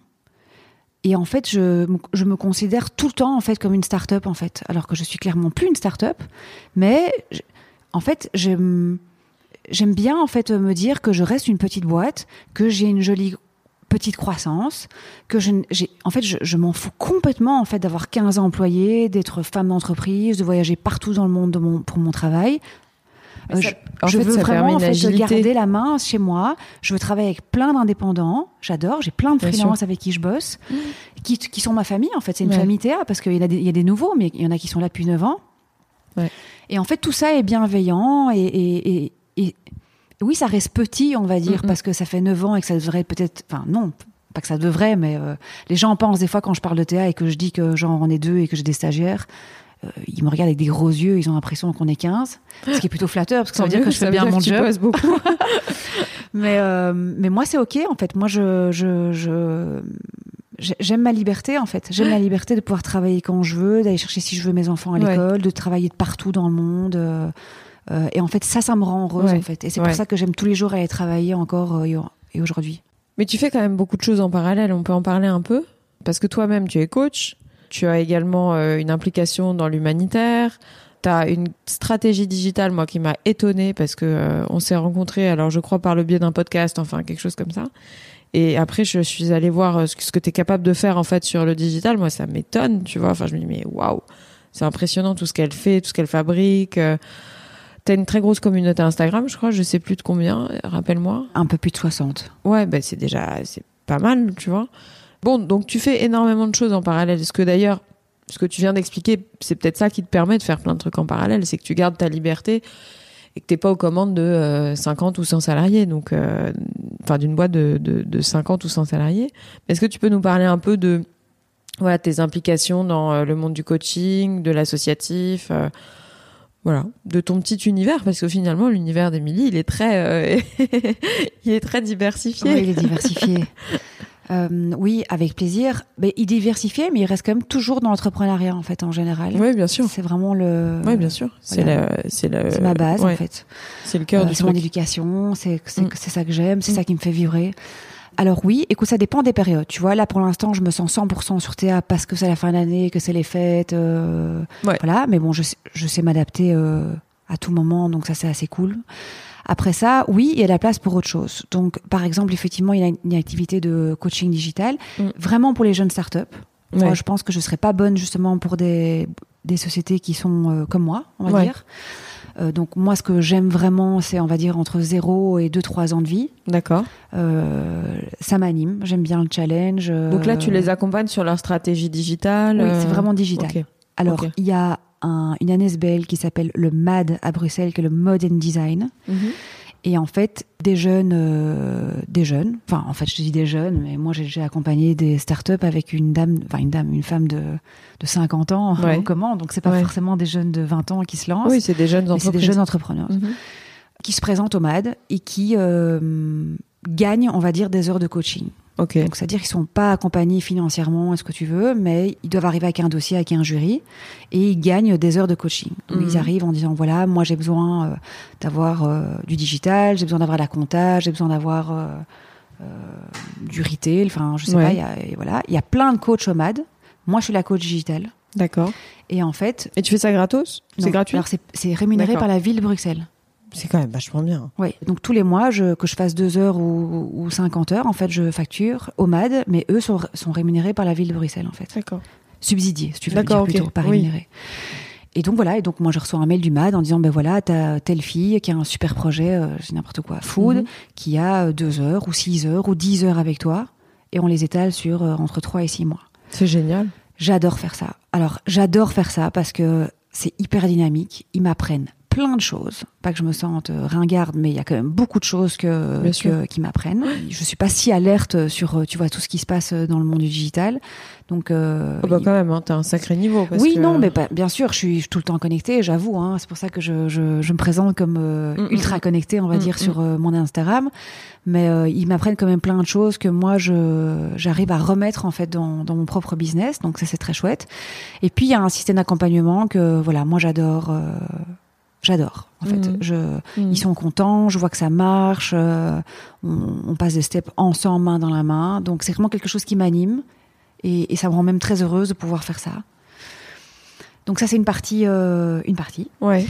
Et en fait, je, je me considère tout le temps en fait comme une start-up en fait, alors que je suis clairement plus une start-up. Mais je, en fait, j'aime, j'aime bien en fait me dire que je reste une petite boîte, que j'ai une jolie petite croissance, que je, j'ai, en fait, je, je m'en fous complètement en fait d'avoir quinze employés, d'être femme d'entreprise, de voyager partout dans le monde de mon, pour mon travail. Euh, ça, je je fait, veux vraiment en fait, garder la main chez moi. Je veux travailler avec plein d'indépendants. J'adore. J'ai plein de freelances avec qui je bosse, mmh. qui, qui sont ma famille. En fait, c'est une ouais. famille Théa parce qu'il y, y a des nouveaux, mais il y en a qui sont là depuis neuf ans. Ouais. Et en fait, tout ça est bienveillant et, et, et, et oui, ça reste petit, on va dire, mmh. parce que ça fait neuf ans et que ça devrait peut-être... Enfin, non, pas que ça devrait, mais euh, les gens pensent des fois quand je parle de Théa et que je dis que genre on est deux et que j'ai des stagiaires... Euh, ils me regardent avec des gros yeux, ils ont l'impression qu'on est quinze, ce qui est plutôt flatteur parce que ça veut dire que je fais bien mon job. beaucoup. mais euh, mais moi c'est ok en fait. Moi je je je j'aime ma liberté en fait. J'aime la liberté de pouvoir travailler quand je veux, d'aller chercher si je veux mes enfants à l'école, ouais. de travailler de partout dans le monde. Euh, euh, et en fait ça ça me rend heureuse ouais. en fait. Et c'est ouais. pour ça que j'aime tous les jours aller travailler encore euh, et aujourd'hui. Mais tu fais quand même beaucoup de choses en parallèle. On peut en parler un peu parce que toi-même tu es coach. Tu as également euh, une implication dans l'humanitaire. Tu as une stratégie digitale, moi, qui m'a étonnée parce que euh, on s'est rencontrés, alors je crois par le biais d'un podcast, enfin quelque chose comme ça. Et après, je suis allée voir euh, ce que tu es capable de faire en fait sur le digital. Moi, ça m'étonne, tu vois. Enfin, je me dis, mais waouh, c'est impressionnant tout ce qu'elle fait, tout ce qu'elle fabrique. Euh, tu as une très grosse communauté Instagram, je crois. Je sais plus de combien, rappelle-moi. Un peu plus de soixante. Ouais, bah, c'est déjà c'est pas mal, tu vois. Bon, donc tu fais énormément de choses en parallèle. Est-ce que d'ailleurs, ce que tu viens d'expliquer, c'est peut-être ça qui te permet de faire plein de trucs en parallèle, c'est que tu gardes ta liberté et que t'es pas aux commandes de euh, cinquante ou cent salariés, donc euh, enfin d'une boîte de, de, de cinquante ou cent salariés. Est-ce que tu peux nous parler un peu de voilà, tes implications dans euh, le monde du coaching, de l'associatif, euh, voilà, de ton petit univers, parce que finalement, l'univers d'Émilie, il est très, euh, il est très diversifié. Oui, il est diversifié. Euh, oui, avec plaisir. Mais il est diversifié, mais il reste quand même toujours dans l'entrepreneuriat, en fait, en général. Oui, bien sûr. C'est vraiment le... Oui, bien sûr. C'est, voilà. la, c'est, la... c'est ma base, ouais. en fait. C'est le cœur euh, du c'est truc. mon éducation, c'est, c'est, Mm. c'est ça que j'aime, c'est Mm. ça qui me fait vibrer. Alors oui, écoute, ça dépend des périodes. Tu vois, là, pour l'instant, je me sens cent pour cent sur Théa parce que c'est la fin d'année, que c'est les fêtes. Euh, Ouais. Voilà, mais bon, je, sais- je sais m'adapter euh, à tout moment, donc ça, c'est assez cool. Après ça, oui, il y a de la place pour autre chose. Donc, par exemple, effectivement, il y a une, une activité de coaching digital, Mm. vraiment pour les jeunes startups. Ouais. Moi, je pense que je serais pas bonne justement pour des, des sociétés qui sont euh, comme moi, on va Ouais. dire. Euh, donc, moi, ce que j'aime vraiment, c'est, on va dire, entre zéro et deux trois ans de vie. D'accord. Euh, ça m'anime, j'aime bien le challenge. euh, Donc là, tu les accompagnes sur leur stratégie digitale. Oui, euh, c'est vraiment digital. ok. Alors, ok. il y a un, une A N S B L qui s'appelle le M A D à Bruxelles, qui est le Mode and Design. Mhm. Et en fait, des jeunes, euh, des jeunes, enfin, en fait, je dis des jeunes, mais moi, j'ai déjà accompagné des startups avec une dame, enfin, une dame, une femme de, de cinquante ans Ouais. en commande. Donc, c'est pas Ouais. forcément des jeunes de vingt ans qui se lancent. Oui, c'est des jeunes mais c'est entreprises. des jeunes entrepreneurs Mhm. qui se présentent au M A D et qui euh, gagnent, on va dire, des heures de coaching. Ok. Donc, c'est-à-dire qu'ils sont pas accompagnés financièrement, est-ce que tu veux, mais ils doivent arriver avec un dossier, avec un jury, et ils gagnent des heures de coaching. Donc, Mhm. ils arrivent en disant, voilà, moi, j'ai besoin euh, d'avoir euh, du digital, j'ai besoin d'avoir de la compta, j'ai besoin d'avoir euh, euh, du retail, enfin, je sais Ouais. pas, il y a, et voilà. Il y a plein de coachs au M A D. Moi, je suis la coach digitale. D'accord. Et en fait... Et tu fais ça gratos? C'est non, gratuit? Alors, c'est, c'est rémunéré D'accord. par la ville de Bruxelles. C'est quand même vachement bien. Oui, donc tous les mois, je, que je fasse deux heures ou, ou cinquante heures, en fait, je facture au M A D, mais eux sont, sont rémunérés par la ville de Bruxelles, en fait. D'accord. Subsidiés, si tu veux D'accord, le dire ok. plutôt, pas Oui. rémunérés. Et donc voilà, et donc moi je reçois un mail du M A D en disant, ben voilà, t'as telle fille qui a un super projet, euh, c'est n'importe quoi, food, Mhm. qui a euh, deux heures ou six heures ou dix heures avec toi, et on les étale sur euh, entre trois et six mois. C'est génial. J'adore faire ça. Alors, j'adore faire ça parce que c'est hyper dynamique. Ils m'apprennent plein de choses. Pas que je me sente euh, ringarde, mais il y a quand même beaucoup de choses que, Bien sûr. que, qui m'apprennent. Je suis pas si alerte sur, euh, tu vois, tout ce qui se passe dans le monde du digital. Donc, euh, Oh bah il- quand même, hein, t'as un sacré niveau. Parce oui, que... non, mais pas- bien sûr, je suis, je suis tout le temps connectée, j'avoue. Hein, c'est pour ça que je, je, je me présente comme euh, Mm, mm, ultra connectée, on va Mm, dire, mm. sur euh, mon Instagram. Mais euh, ils m'apprennent quand même plein de choses que moi, je, j'arrive à remettre en fait dans, dans mon propre business. Donc ça, c'est très chouette. Et puis il y a un système d'accompagnement que voilà, moi j'adore. euh, J'adore, en fait. Mhm. Je, Mhm. Ils sont contents, je vois que ça marche, euh, on, on passe des steps ensemble, main dans la main. Donc, c'est vraiment quelque chose qui m'anime et, et ça me rend même très heureuse de pouvoir faire ça. Donc, ça, c'est une partie. Euh, une partie. Ouais.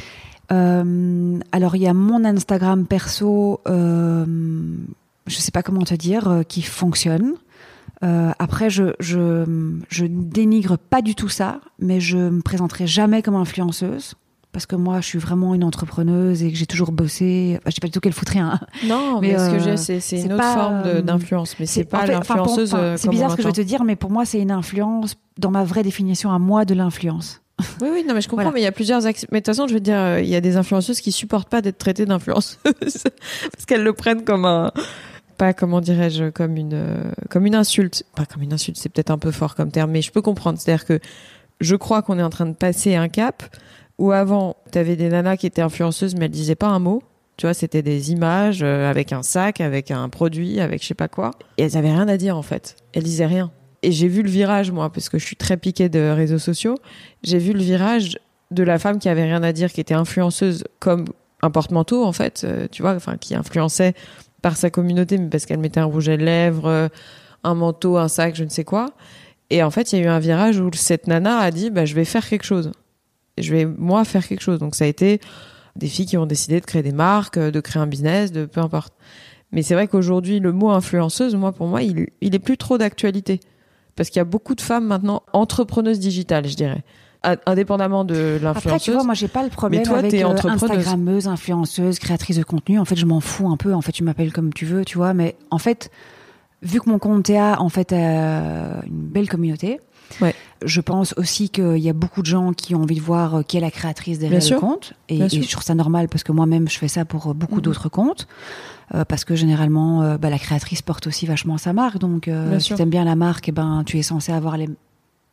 Euh, alors, il y a mon Instagram perso, euh, je sais pas comment te dire, euh, qui fonctionne. Euh, après, je, je, je dénigre pas du tout ça, mais je me présenterai jamais comme influenceuse. Parce que moi, je suis vraiment une entrepreneuse et que j'ai toujours bossé. Enfin, je dis pas du tout qu'elle foutrait un. Non, mais, Mais, ce que euh, j'ai, c'est, c'est une c'est autre pas, forme de, euh, d'influence. Mais c'est, pas en fait, enfin, pour- l'influenceuse. enfin, euh, c'est comme bizarre on ce que je vais te l'entend. dire, mais pour moi, c'est une influence dans ma vraie définition à moi de l'influence. Oui, oui, non, mais je comprends, Voilà. mais il y a plusieurs axes. Mais de toute façon, je veux dire, euh, il y a des influenceuses qui supportent pas d'être traitées d'influenceuses. Parce qu'elles le prennent comme un. Pas, comment dirais-je, comme une, euh, comme une insulte. Pas comme une insulte, c'est peut-être un peu fort comme terme, mais je peux comprendre. C'est-à-dire que je crois qu'on est en train de passer un cap où avant, t'avais des nanas qui étaient influenceuses, mais elles disaient pas un mot. Tu vois, c'était des images euh, avec un sac, avec un produit, avec je sais pas quoi. Et elles avaient rien à dire, en fait. Elles disaient rien. Et j'ai vu le virage, moi, parce que je suis très piquée de réseaux sociaux. J'ai vu le virage de la femme qui avait rien à dire, qui était influenceuse comme un porte-manteau, en fait, euh, tu vois, enfin, qui influençait par sa communauté, mais parce qu'elle mettait un rouge à lèvres, euh, un manteau, un sac, je ne sais quoi. Et en fait, il y a eu un virage où cette nana a dit, bah, je vais faire quelque chose. Je vais, moi, faire quelque chose. Donc, ça a été des filles qui ont décidé de créer des marques, de créer un business, de peu importe. Mais c'est vrai qu'aujourd'hui, le mot influenceuse, moi, pour moi, il, il est plus trop d'actualité. Parce qu'il y a beaucoup de femmes maintenant entrepreneuses digitales, je dirais. Indépendamment de l'influenceuse. Après, tu vois, moi, j'ai pas le problème Mais toi, avec t'es euh, entrepreneuse. Instagrammeuse, influenceuse, créatrice de contenu. En fait, je m'en fous un peu. En fait, tu m'appelles comme tu veux, tu vois. Mais en fait, vu que mon compte Théa, en fait, a une belle communauté, ouais. je pense aussi qu'il y a beaucoup de gens qui ont envie de voir qui est la créatrice derrière Bien le sûr. compte. Et, Bien et sûr. je trouve ça normal parce que moi-même, je fais ça pour beaucoup Mhm. d'autres comptes. Euh, parce que généralement, euh, bah, la créatrice porte aussi vachement sa marque. Donc, euh, Bien si sûr. t'aimes bien la marque, eh ben, tu es censé avoir les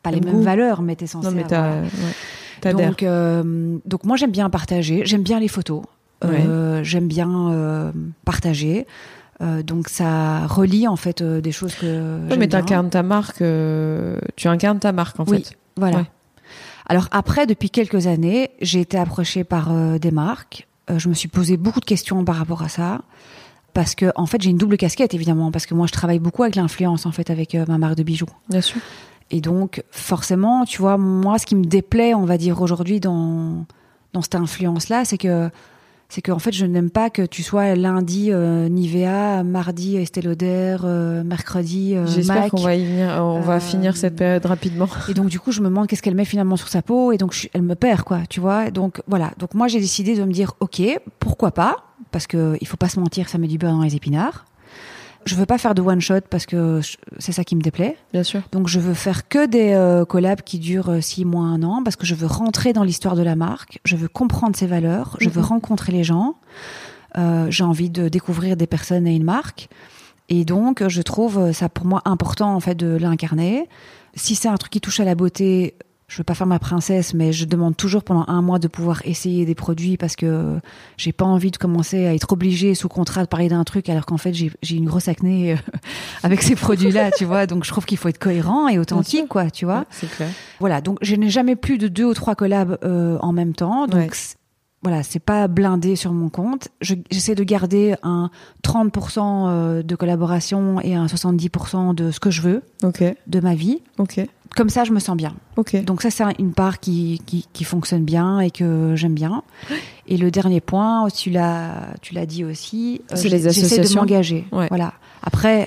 pas les mêmes goût. valeurs, mais t'es censé non, mais avoir. T'as, ouais, t'adhères. Donc, euh, donc moi, j'aime bien partager. J'aime bien les photos. Ouais. Euh, j'aime bien euh, partager. Euh, donc ça relie en fait euh, des choses que ouais, j'aime mais bien. t'incarnes ta marque. Euh, tu incarnes ta marque en oui, fait. Voilà. Ouais. Alors après, depuis quelques années, j'ai été approchée par euh, des marques. Euh, je me suis posé beaucoup de questions par rapport à ça. Parce que, en fait, j'ai une double casquette, évidemment. Parce que moi, je travaille beaucoup avec l'influence, en fait, avec euh, ma marque de bijoux. Bien sûr. Et donc, forcément, tu vois, moi, ce qui me déplaît, on va dire, aujourd'hui, dans, dans cette influence-là, c'est que, c'est que, en fait, je n'aime pas que tu sois lundi euh, Nivea, mardi Estée Lauder, euh, mercredi euh, J'espère Mac. qu'on va y venir, on va euh, finir cette période rapidement. Et donc, du coup, je me demande qu'est-ce qu'elle met finalement sur sa peau. Et donc, je, elle me perd, quoi, tu vois. Donc, voilà. Donc, moi, j'ai décidé de me dire, OK, pourquoi pas? Parce que il faut pas se mentir, ça met du beurre dans les épinards. Je veux pas faire de one shot parce que c'est ça qui me déplaît. Bien sûr. Donc je veux faire que des euh, collabs qui durent six mois, un an, parce que je veux rentrer dans l'histoire de la marque, je veux comprendre ses valeurs, je veux mm-hmm. rencontrer les gens, euh, j'ai envie de découvrir des personnes et une marque, et donc je trouve ça pour moi important en fait de l'incarner. Si c'est un truc qui touche à la beauté, je veux pas faire ma princesse, mais je demande toujours pendant un mois de pouvoir essayer des produits parce que j'ai pas envie de commencer à être obligée sous contrat de parler d'un truc alors qu'en fait j'ai, j'ai une grosse acné avec ces produits-là, tu vois. Donc je trouve qu'il faut être cohérent et authentique, quoi, tu vois. Ouais, c'est clair. Voilà, donc je n'ai jamais plus de deux ou trois collabs euh, en même temps, donc. Ouais. C'est, voilà, c'est pas blindé sur mon compte. Je, j'essaie de garder un trente pour cent de collaboration et un soixante-dix pour cent de ce que je veux okay. de ma vie. Ok. Comme ça, je me sens bien. Okay. Donc ça, c'est une part qui, qui, qui fonctionne bien et que j'aime bien. Et le dernier point, tu l'as, tu l'as dit aussi, c'est les associations. J'essaie de m'engager. Ouais. Voilà. Après,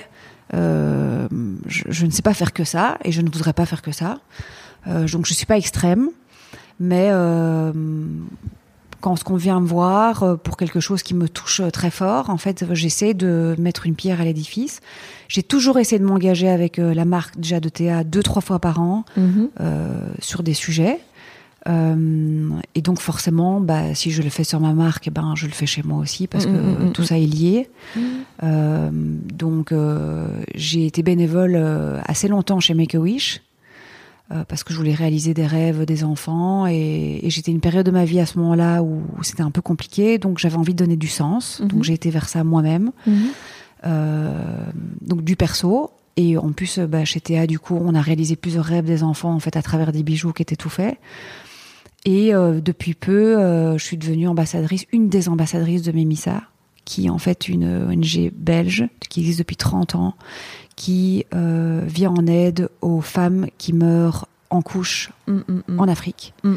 euh, je, je ne sais pas faire que ça et je ne voudrais pas faire que ça. Euh, donc je suis pas extrême, mais euh, quand on vient me voir pour quelque chose qui me touche très fort, en fait, j'essaie de mettre une pierre à l'édifice. J'ai toujours essayé de m'engager avec la marque déjà de Théa deux, trois fois par an mm-hmm. euh, sur des sujets. Euh, et donc forcément, bah, si je le fais sur ma marque, ben je le fais chez moi aussi parce que mm-hmm. tout ça est lié. Mm-hmm. Euh, donc euh, j'ai été bénévole euh, assez longtemps chez Make-A-Wish. Euh, parce que je voulais réaliser des rêves des enfants et, et j'étais une période de ma vie à ce moment-là où, où c'était un peu compliqué, donc j'avais envie de donner du sens, mm-hmm. donc j'ai été vers ça moi-même, mm-hmm. euh, donc du perso. Et en plus, bah, chez Théa, du coup, on a réalisé plusieurs rêves des enfants en fait à travers des bijoux qui étaient tout faits. Et euh, depuis peu, euh, je suis devenue ambassadrice, une des ambassadrices de Memissa, qui est en fait une O N G belge qui existe depuis trente ans, qui euh, vient en aide aux femmes qui meurent en couche mm, mm, mm. en Afrique. Mm.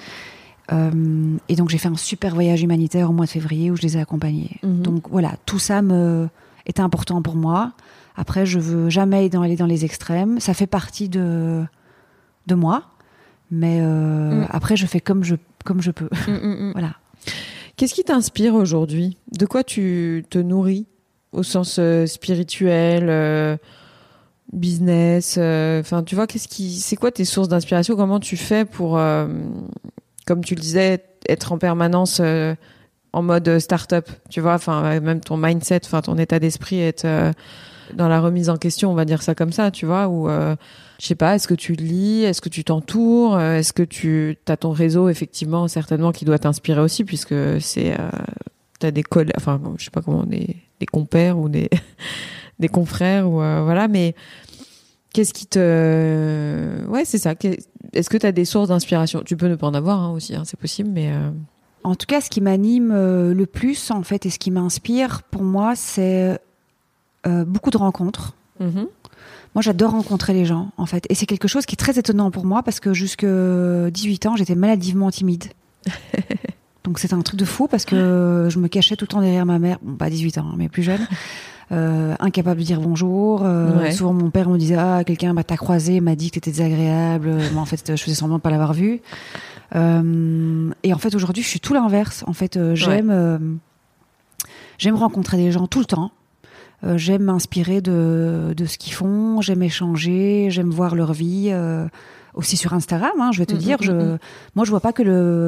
Euh, et donc j'ai fait un super voyage humanitaire au mois de février où je les ai accompagnées. Mm-hmm. Donc voilà, tout ça me était important pour moi. Après, je veux jamais aller dans les extrêmes. Ça fait partie de de moi, mais euh, mm. après je fais comme je comme je peux. Mm, mm, mm. Voilà. Qu'est-ce qui t'inspire aujourd'hui ? De quoi tu te nourris au sens euh, spirituel, euh, business, enfin euh, tu vois, qu'est-ce qui, c'est quoi tes sources d'inspiration ? Comment tu fais pour, euh, comme tu le disais, être en permanence euh, en mode start-up, tu vois, enfin même ton mindset, enfin ton état d'esprit, être euh, dans la remise en question, on va dire ça comme ça, tu vois, ou euh, je sais pas, est-ce que tu lis, est-ce que tu t'entoures, est-ce que tu as ton réseau effectivement certainement qui doit t'inspirer aussi puisque c'est euh, t'as des collègues, enfin je sais pas comment, des, des compères ou des des confrères ou euh, voilà, mais qu'est-ce qui te ouais c'est ça, est-ce que tu as des sources d'inspiration ? Tu peux ne pas en avoir hein, aussi, hein, c'est possible, mais euh... en tout cas ce qui m'anime euh, le plus en fait et ce qui m'inspire pour moi c'est euh, beaucoup de rencontres. Mm-hmm. Moi, j'adore rencontrer les gens, en fait. Et c'est quelque chose qui est très étonnant pour moi parce que jusqu'à dix-huit ans, j'étais maladivement timide. Donc, c'était un truc de fou parce que je me cachais tout le temps derrière ma mère. Bon, pas dix-huit ans, mais plus jeune. Euh, incapable de dire bonjour. Euh, ouais. Souvent, mon père me disait « Ah, quelqu'un bah, t'a croisé, m'a dit que t'étais désagréable. » Mais en fait, je faisais semblant de pas l'avoir vu. Euh, et en fait, aujourd'hui, je suis tout l'inverse. En fait, euh, j'aime, ouais. euh, j'aime rencontrer des gens tout le temps. Euh, j'aime m'inspirer de, de ce qu'ils font, j'aime échanger, j'aime voir leur vie. Euh, aussi sur Instagram, hein, je vais te mmh, dire, mmh, je, mmh. moi je vois pas que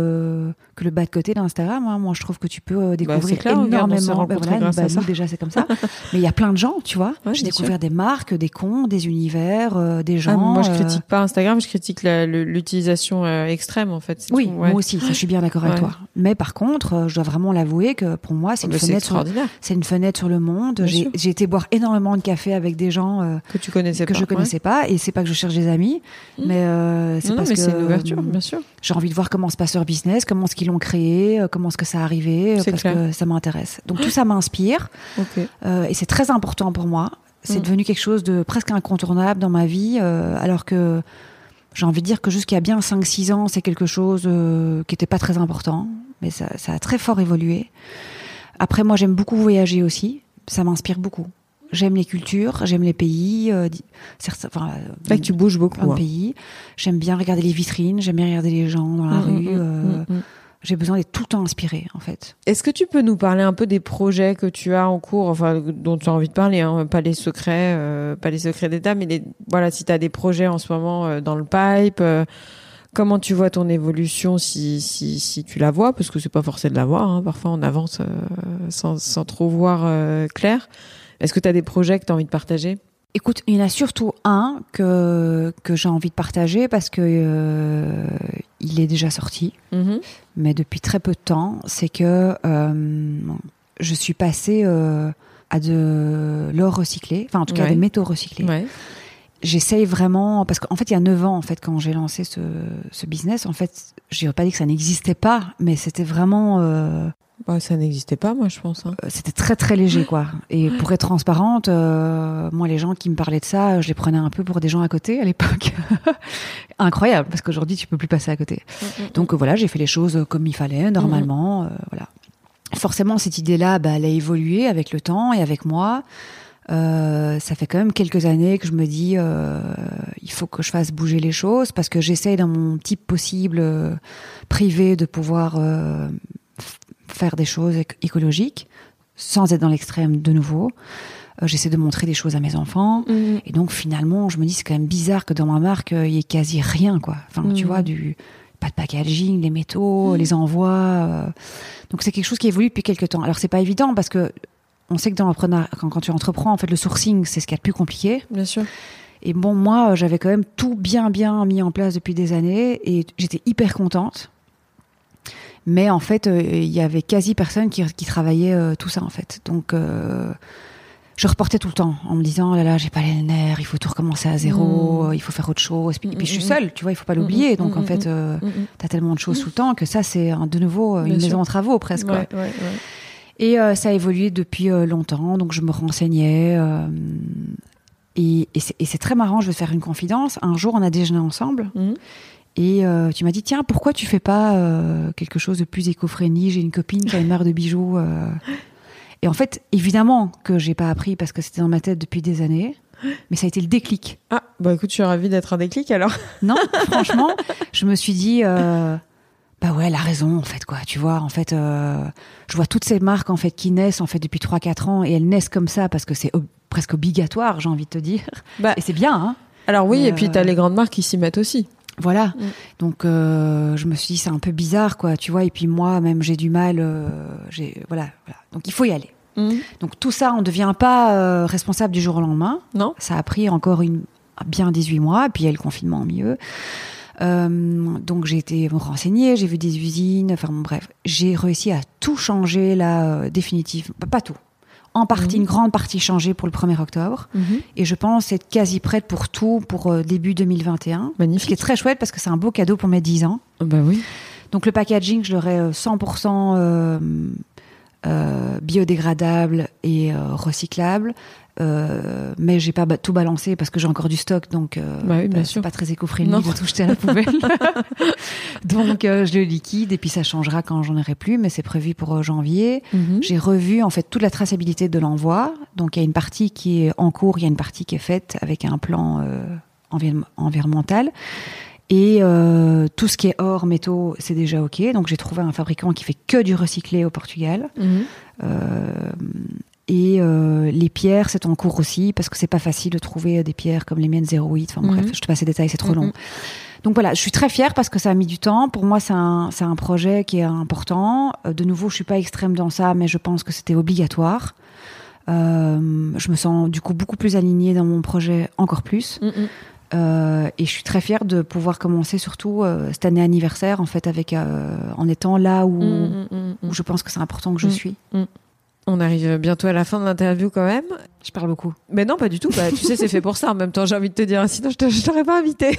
le que le bas de côté d'Instagram. Hein. Moi je trouve que tu peux découvrir bah, c'est clair, énormément. Regarde, on s'est ben voilà, bah, nous déjà c'est comme ça. Mais il y a plein de gens, tu vois. Ouais, j'ai découvert sûr. des marques, des comptes, des univers, euh, des gens. Ah, moi je euh... critique pas Instagram, je critique la, l'utilisation euh, extrême en fait. Oui, tout, ouais. moi aussi, ça, je suis bien d'accord avec ouais. toi. Mais par contre, je dois vraiment l'avouer que pour moi c'est une oh, fenêtre. C'est extraordinaire. Sur, c'est une fenêtre sur le monde. J'ai, j'ai été boire énormément de café avec des gens euh, que tu connaissais que pas, je connaissais ouais. pas, et c'est pas que je cherche des amis, mmh. mais euh, c'est non, parce non, mais que c'est une ouverture, bien sûr. J'ai envie de voir comment se passe leur business, comment est-ce qu'ils l'ont créé, comment est-ce que ça arrivé, c'est parce clair. que ça m'intéresse. Donc tout ça m'inspire, okay. euh, et c'est très important pour moi. C'est mmh. devenu quelque chose de presque incontournable dans ma vie, euh, alors que j'ai envie de dire que jusqu'à bien cinq six ans, c'est quelque chose euh, qui était pas très important, mais ça, ça a très fort évolué. Après, moi, j'aime beaucoup voyager aussi, ça m'inspire beaucoup. J'aime les cultures, j'aime les pays. Euh, certains, enfin, là, tu bouges beaucoup. Un hein. pays. J'aime bien regarder les vitrines, j'aime bien regarder les gens dans la mmh, rue. Mmh, euh, mmh, mmh. J'ai besoin d'être tout le temps inspirée, en fait. Est-ce que tu peux nous parler un peu des projets que tu as en cours, enfin, dont tu as envie de parler, hein, pas les secrets, euh, pas les secrets d'État, mais les, voilà, si tu as des projets en ce moment euh, dans le pipe, euh, comment tu vois ton évolution, si, si, si tu la vois, parce que c'est pas forcé de la voir, hein, parfois on avance euh, sans, sans trop voir euh, clair. Est-ce que tu as des projets que tu as envie de partager ? Écoute, il y en a surtout un que, que j'ai envie de partager parce que euh, il est déjà sorti, mm-hmm. mais depuis très peu de temps. C'est que euh, je suis passée euh, à de l'or recyclé, enfin en tout cas ouais. des métaux recyclés. Ouais. J'essaye vraiment, parce qu'en fait il y a neuf ans en fait quand j'ai lancé ce, ce business, en fait je dirais pas dit que ça n'existait pas, mais c'était vraiment... Euh, Bah, ça n'existait pas, moi, je pense. Hein. C'était très, très léger, quoi. Et pour être transparente, euh, moi, les gens qui me parlaient de ça, je les prenais un peu pour des gens à côté, à l'époque. Incroyable, parce qu'aujourd'hui, tu peux plus passer à côté. Mm-hmm. Donc, euh, voilà, j'ai fait les choses comme il fallait, normalement. Mm-hmm. Euh, voilà. Forcément, cette idée-là, bah, elle a évolué avec le temps et avec moi. Euh, ça fait quand même quelques années que je me dis, euh, il faut que je fasse bouger les choses, parce que j'essaye, dans mon petit possible euh, privé, de pouvoir... Euh, faire des choses écologiques sans être dans l'extrême de nouveau. Euh, j'essaie de montrer des choses à mes enfants mmh. et donc finalement je me dis c'est quand même bizarre que dans ma marque il euh, y ait quasi rien, quoi. Enfin mmh. tu vois, du pas de packaging, les métaux, mmh. les envois. Euh... Donc c'est quelque chose qui évolue depuis quelques temps. Alors c'est pas évident parce que on sait que dans l'entrepreneuriat, quand, quand tu entreprends, en fait le sourcing c'est ce qu'il y a de plus compliqué. Bien sûr. Et bon, moi j'avais quand même tout bien bien mis en place depuis des années et j'étais hyper contente. Mais en fait, il euh, y avait quasi personne qui, qui travaillait euh, tout ça, en fait. Donc, euh, je reportais tout le temps en me disant, oh là là, j'ai pas les nerfs, il faut tout recommencer à zéro, mmh. il faut faire autre chose. Et puis, mmh. puis je suis seule, tu vois, il faut pas l'oublier. Donc, mmh. en fait, euh, mmh. t'as tellement de choses mmh. tout le temps que ça, c'est de nouveau une Bien maison sûr. en travaux, presque. Ouais, quoi. Ouais, ouais. Et euh, ça a évolué depuis euh, longtemps. Donc, je me renseignais. Euh, et, et, c'est, et c'est très marrant, je vais te faire une confidence. Un jour, on a déjeuné ensemble. Mmh. Et euh, tu m'as dit, tiens, pourquoi tu fais pas euh, quelque chose de plus éco-friendly ? J'ai une copine qui a une marque de bijoux. Euh... Et en fait, évidemment que j'ai pas appris parce que c'était dans ma tête depuis des années, mais ça a été le déclic. Ah, bah écoute, je suis ravie d'être un déclic alors. Non, franchement, je me suis dit, euh, bah ouais, elle a raison en fait, quoi. Tu vois, en fait, euh, je vois toutes ces marques en fait qui naissent en fait depuis trois quatre ans et elles naissent comme ça parce que c'est ob- presque obligatoire, j'ai envie de te dire. Bah, et c'est bien, hein. Alors oui, mais et puis euh... t'as les grandes marques qui s'y mettent aussi. Voilà, mmh. donc euh, je me suis dit c'est un peu bizarre, quoi, tu vois. Et puis moi, même j'ai du mal, euh, j'ai voilà, voilà. Donc il faut y aller. Mmh. Donc tout ça, on ne devient pas euh, responsable du jour au lendemain. Non. Ça a pris encore une bien dix-huit mois, puis il y a le confinement au milieu. Euh, donc j'ai été me renseigner, j'ai vu des usines, enfin bon bref, j'ai réussi à tout changer là, euh, définitivement, pas, pas tout. En partie, mmh. une grande partie changée pour le premier octobre. Mmh. Et je pense être quasi prête pour tout pour euh, début deux mille vingt et un. Magnifique. Ce qui est très chouette parce que c'est un beau cadeau pour mes dix ans. Bah oui. Donc le packaging, je l'aurai cent pour cent euh, euh, biodégradable et euh, recyclable. Euh, mais j'ai pas ba- tout balancé parce que j'ai encore du stock, donc euh, bah oui, bien bah, sûr. c'est pas très éco-friendly de tout jeter à la poubelle. Donc euh, je le liquide et puis ça changera quand j'en aurai plus, mais c'est prévu pour euh, janvier. Mm-hmm. J'ai revu en fait toute la traçabilité de l'envoi, donc il y a une partie qui est en cours, il y a une partie qui est faite avec un plan euh, envi- environnemental. Et euh, tout ce qui est or, métaux, c'est déjà ok. Donc j'ai trouvé un fabricant qui fait que du recyclé au Portugal. Mm-hmm. Euh, Et euh, les pierres, c'est en cours aussi, parce que c'est pas facile de trouver des pierres comme les miennes zéro huit. Enfin, mm-hmm. bref, je te passe les détails, c'est trop mm-hmm. long. donc voilà, je suis très fière parce que ça a mis du temps. Pour moi, c'est un, c'est un projet qui est important. Euh, de nouveau, je suis pas extrême dans ça, mais je pense que c'était obligatoire. Euh, je me sens du coup beaucoup plus alignée dans mon projet, encore plus. Mm-hmm. Euh, et je suis très fière de pouvoir commencer surtout euh, cette année anniversaire en fait avec euh, en étant là où, mmh, mmh, mmh. où je pense que c'est important que je mmh, suis. Mmh. On arrive bientôt à la fin de l'interview quand même. Je parle beaucoup. Mais non, pas du tout. Bah, tu sais, c'est fait pour ça. En même temps, j'ai envie de te dire, sinon je, je t'aurais pas invité.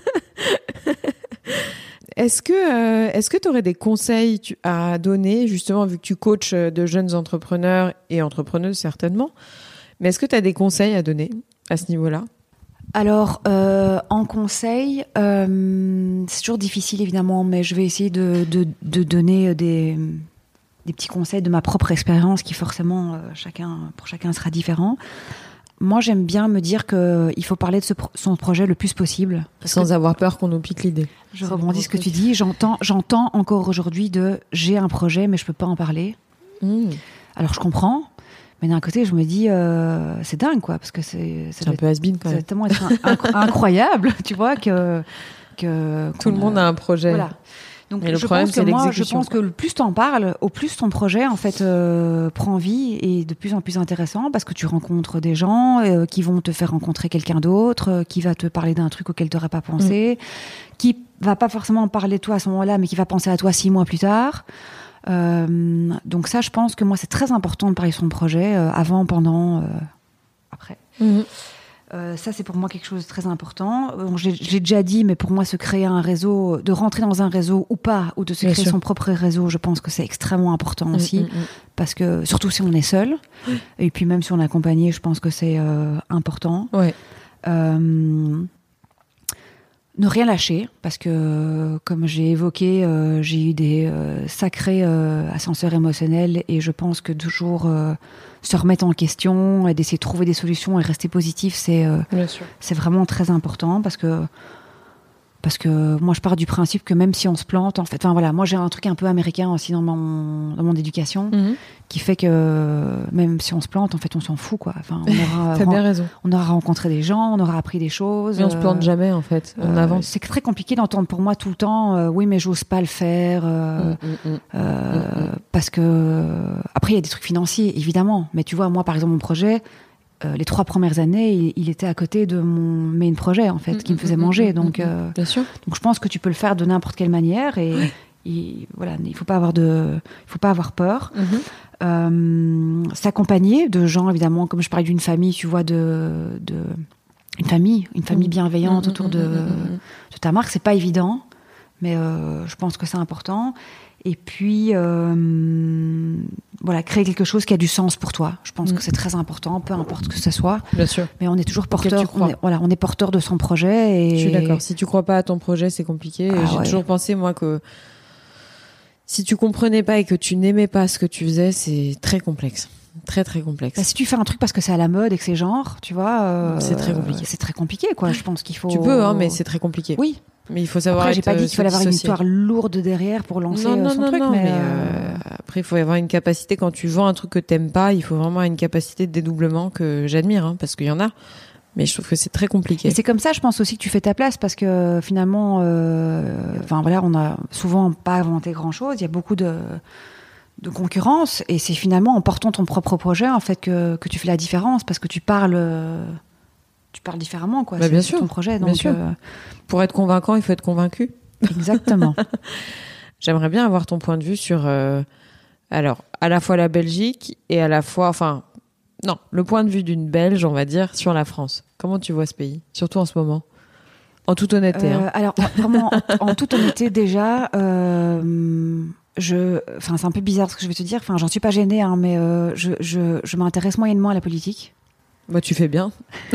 Est-ce que euh, est-ce que tu aurais des conseils tu, à donner justement vu que tu coaches de jeunes entrepreneurs et entrepreneuses certainement, mais est-ce que tu as des conseils à donner à ce niveau-là? Alors, euh, en conseil, euh, c'est toujours difficile évidemment, mais je vais essayer de, de, de donner des, des petits conseils de ma propre expérience qui forcément, euh, chacun, pour chacun sera différent. Moi, j'aime bien me dire qu'il faut parler de ce pro- son projet le plus possible. Sans que, avoir peur qu'on nous pique l'idée. Je c'est rebondis ce que tu dis. J'entends, j'entends encore aujourd'hui de « j'ai un projet, mais je peux pas en parler mmh. ». Alors, je comprends. Mais d'un côté, je me dis, euh, c'est dingue, quoi, parce que c'est... C'est un peu has-been, quand même. C'est tellement être un, un, incroyable, tu vois, que... que Tout le monde a un projet. Voilà. Donc, mais le je problème, pense que c'est moi, l'exécution. Je pense que le plus t'en parles, au plus ton projet, en fait, euh, prend vie et est de plus en plus intéressant parce que tu rencontres des gens euh, qui vont te faire rencontrer quelqu'un d'autre, euh, qui va te parler d'un truc auquel tu n'aurais pas pensé, mmh. qui va pas forcément parler de toi à ce moment-là, mais qui va penser à toi six mois plus tard. Euh, donc ça, je pense que moi, c'est très important de parler de son projet euh, avant, pendant, euh, après. Mmh. Euh, ça, c'est pour moi quelque chose de très important. Bon, je, l'ai, je l'ai déjà dit, mais pour moi, se créer un réseau, de rentrer dans un réseau ou pas, ou de se Bien créer sûr. Son propre réseau, je pense que c'est extrêmement important mmh, aussi, mmh, mmh. parce que surtout si on est seul, mmh. et puis même si on est accompagné, je pense que c'est euh, important. Ouais. Euh, Ne rien lâcher, parce que, comme j'ai évoqué, euh, j'ai eu des euh, sacrés euh, ascenseurs émotionnels et je pense que toujours euh, se remettre en question et d'essayer de trouver des solutions et rester positif, c'est, euh, c'est vraiment très important parce que, parce que moi, je pars du principe que même si on se plante, en fait, enfin voilà, moi j'ai un truc un peu américain aussi dans mon, dans mon éducation mm-hmm. qui fait que même si on se plante, en fait, on s'en fout, quoi. Enfin, on aura, T'as bien raison. On aura rencontré des gens, on aura appris des choses. Mais on euh, se plante jamais, en fait. On euh, avance. C'est très compliqué d'entendre pour moi tout le temps, euh, oui, mais j'ose pas le faire, euh, mm-hmm. euh, mm-hmm. parce que après il y a des trucs financiers, évidemment. Mais tu vois, moi, par exemple, mon projet. Euh, les trois premières années, il, il était à côté de mon main projet, en fait, mmh, qui me faisait mmh, manger. Mmh, donc, euh, bien sûr. Donc, je pense que tu peux le faire de n'importe quelle manière et, ouais. et voilà, il faut pas avoir de, il faut pas avoir peur. Mmh. Euh, s'accompagner de gens, évidemment, comme je parlais d'une famille, tu vois, de, de une famille, une famille mmh. bienveillante mmh, autour de, mmh, de ta marque, c'est pas évident, mais euh, je pense que c'est important. Et puis, euh, voilà, créer quelque chose qui a du sens pour toi. Je pense mmh. que c'est très important, peu importe ce que ce soit. Bien sûr. Mais on est toujours porteur. On est, voilà, on est porteur de son projet. Et... Je suis d'accord. Si tu crois pas à ton projet, c'est compliqué. Ah, J'ai ouais. toujours pensé, moi, que si tu comprenais pas et que tu n'aimais pas ce que tu faisais, c'est très complexe. Très, très complexe. Bah, si tu fais un truc parce que c'est à la mode et que c'est genre, tu vois... Euh, c'est très compliqué. C'est très compliqué, quoi. Je pense qu'il faut... Tu peux, hein, mais c'est très compliqué. Oui. Mais il faut savoir après, être j'ai pas dit qu'il fallait avoir une histoire lourde derrière pour lancer non, non, son non, truc, non, mais, mais euh... après il faut avoir une capacité quand tu vends un truc que t'aimes pas, il faut vraiment avoir une capacité de dédoublement que j'admire, hein, parce qu'il y en a. Mais je trouve que c'est très compliqué. Et c'est comme ça, je pense aussi que tu fais ta place parce que finalement, enfin euh, voilà, on a souvent pas inventé grand chose. Il y a beaucoup de de concurrence et c'est finalement en portant ton propre projet en fait que que tu fais la différence parce que tu parles. Euh, tu parles différemment, quoi. Bah, c'est, bien c'est sûr. ton projet. Donc, bien sûr. Euh... Pour être convaincant, il faut être convaincu. Exactement. J'aimerais bien avoir ton point de vue sur, euh, alors, à la fois la Belgique et à la fois, enfin, non, le point de vue d'une Belge, on va dire, sur la France. Comment tu vois ce pays, surtout en ce moment, en toute honnêteté. Euh, hein. Alors, vraiment, en, en toute honnêteté, déjà, euh, je, enfin, c'est un peu bizarre ce que je vais te dire. Enfin, j'en suis pas gênée, hein, mais euh, je, je, je m'intéresse moyennement à la politique. Bah, tu fais bien.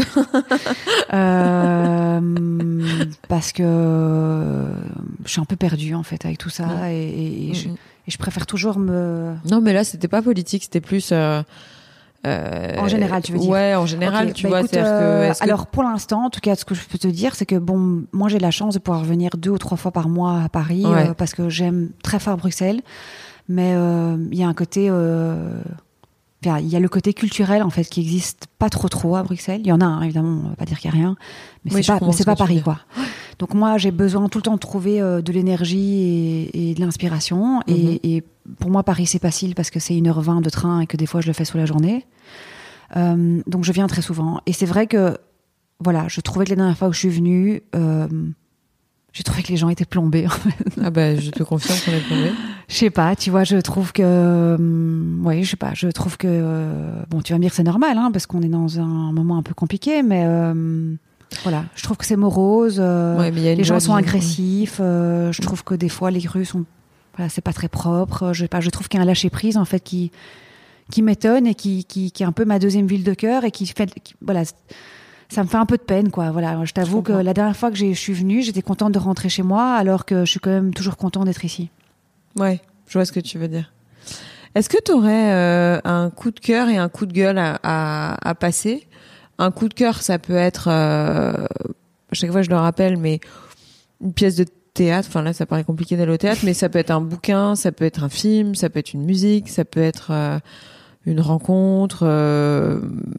euh, parce que je suis un peu perdue, en fait, avec tout ça. Mmh. Et, et, et, mmh. je, et je préfère toujours me... Non, mais là, c'était pas politique, c'était plus... Euh, euh, en général, tu veux dire? Ouais, en général, okay. tu bah, vois. Écoute, c'est-à-dire euh, que, alors, que... pour l'instant, en tout cas, ce que je peux te dire, c'est que, bon, moi, j'ai la chance de pouvoir venir deux ou trois fois par mois à Paris, ouais. euh, parce que j'aime très fort Bruxelles. Mais il euh, y a un côté... Euh, il y a le côté culturel en fait qui existe pas trop trop à Bruxelles. Il y en a hein, évidemment, on va pas dire qu'il y a rien, mais oui, c'est pas, mais c'est pas Paris quoi. Donc moi, j'ai besoin tout le temps de trouver euh, de l'énergie et, et de l'inspiration. Mm-hmm. Et, et pour moi, Paris, c'est facile parce que c'est une heure vingt de train et que des fois, je le fais sous la journée. Euh, donc je viens très souvent. Et c'est vrai que, voilà, je trouvais que la dernière fois où je suis venue, euh, j'ai trouvé que les gens étaient plombés, en fait. Ah bah, je te confirme qu'on est plombés. Je sais pas, tu vois, je trouve que... Euh, oui, je sais pas, je trouve que... Euh, bon, tu vas me dire que c'est normal, hein, parce qu'on est dans un moment un peu compliqué, mais... Euh, voilà, je trouve que c'est morose, euh, ouais, les gens sont agressifs, euh, je trouve que des fois les rues sont... Voilà, c'est pas très propre, je sais pas, je trouve qu'il y a un lâcher-prise, en fait, qui, qui m'étonne et qui, qui, qui est un peu ma deuxième ville de cœur et qui fait... Qui, voilà, ça me fait un peu de peine, quoi. Voilà, je t'avoue je que la dernière fois que je suis venue, j'étais contente de rentrer chez moi, alors que je suis quand même toujours contente d'être ici. Ouais, je vois ce que tu veux dire. Est-ce que tu aurais euh, un coup de cœur et un coup de gueule à, à, à passer ? Un coup de cœur, ça peut être, euh, à chaque fois je le rappelle, mais une pièce de théâtre, enfin là ça paraît compliqué d'aller au théâtre, mais ça peut être un bouquin, ça peut être un film, ça peut être une musique, ça peut être euh, une rencontre, euh,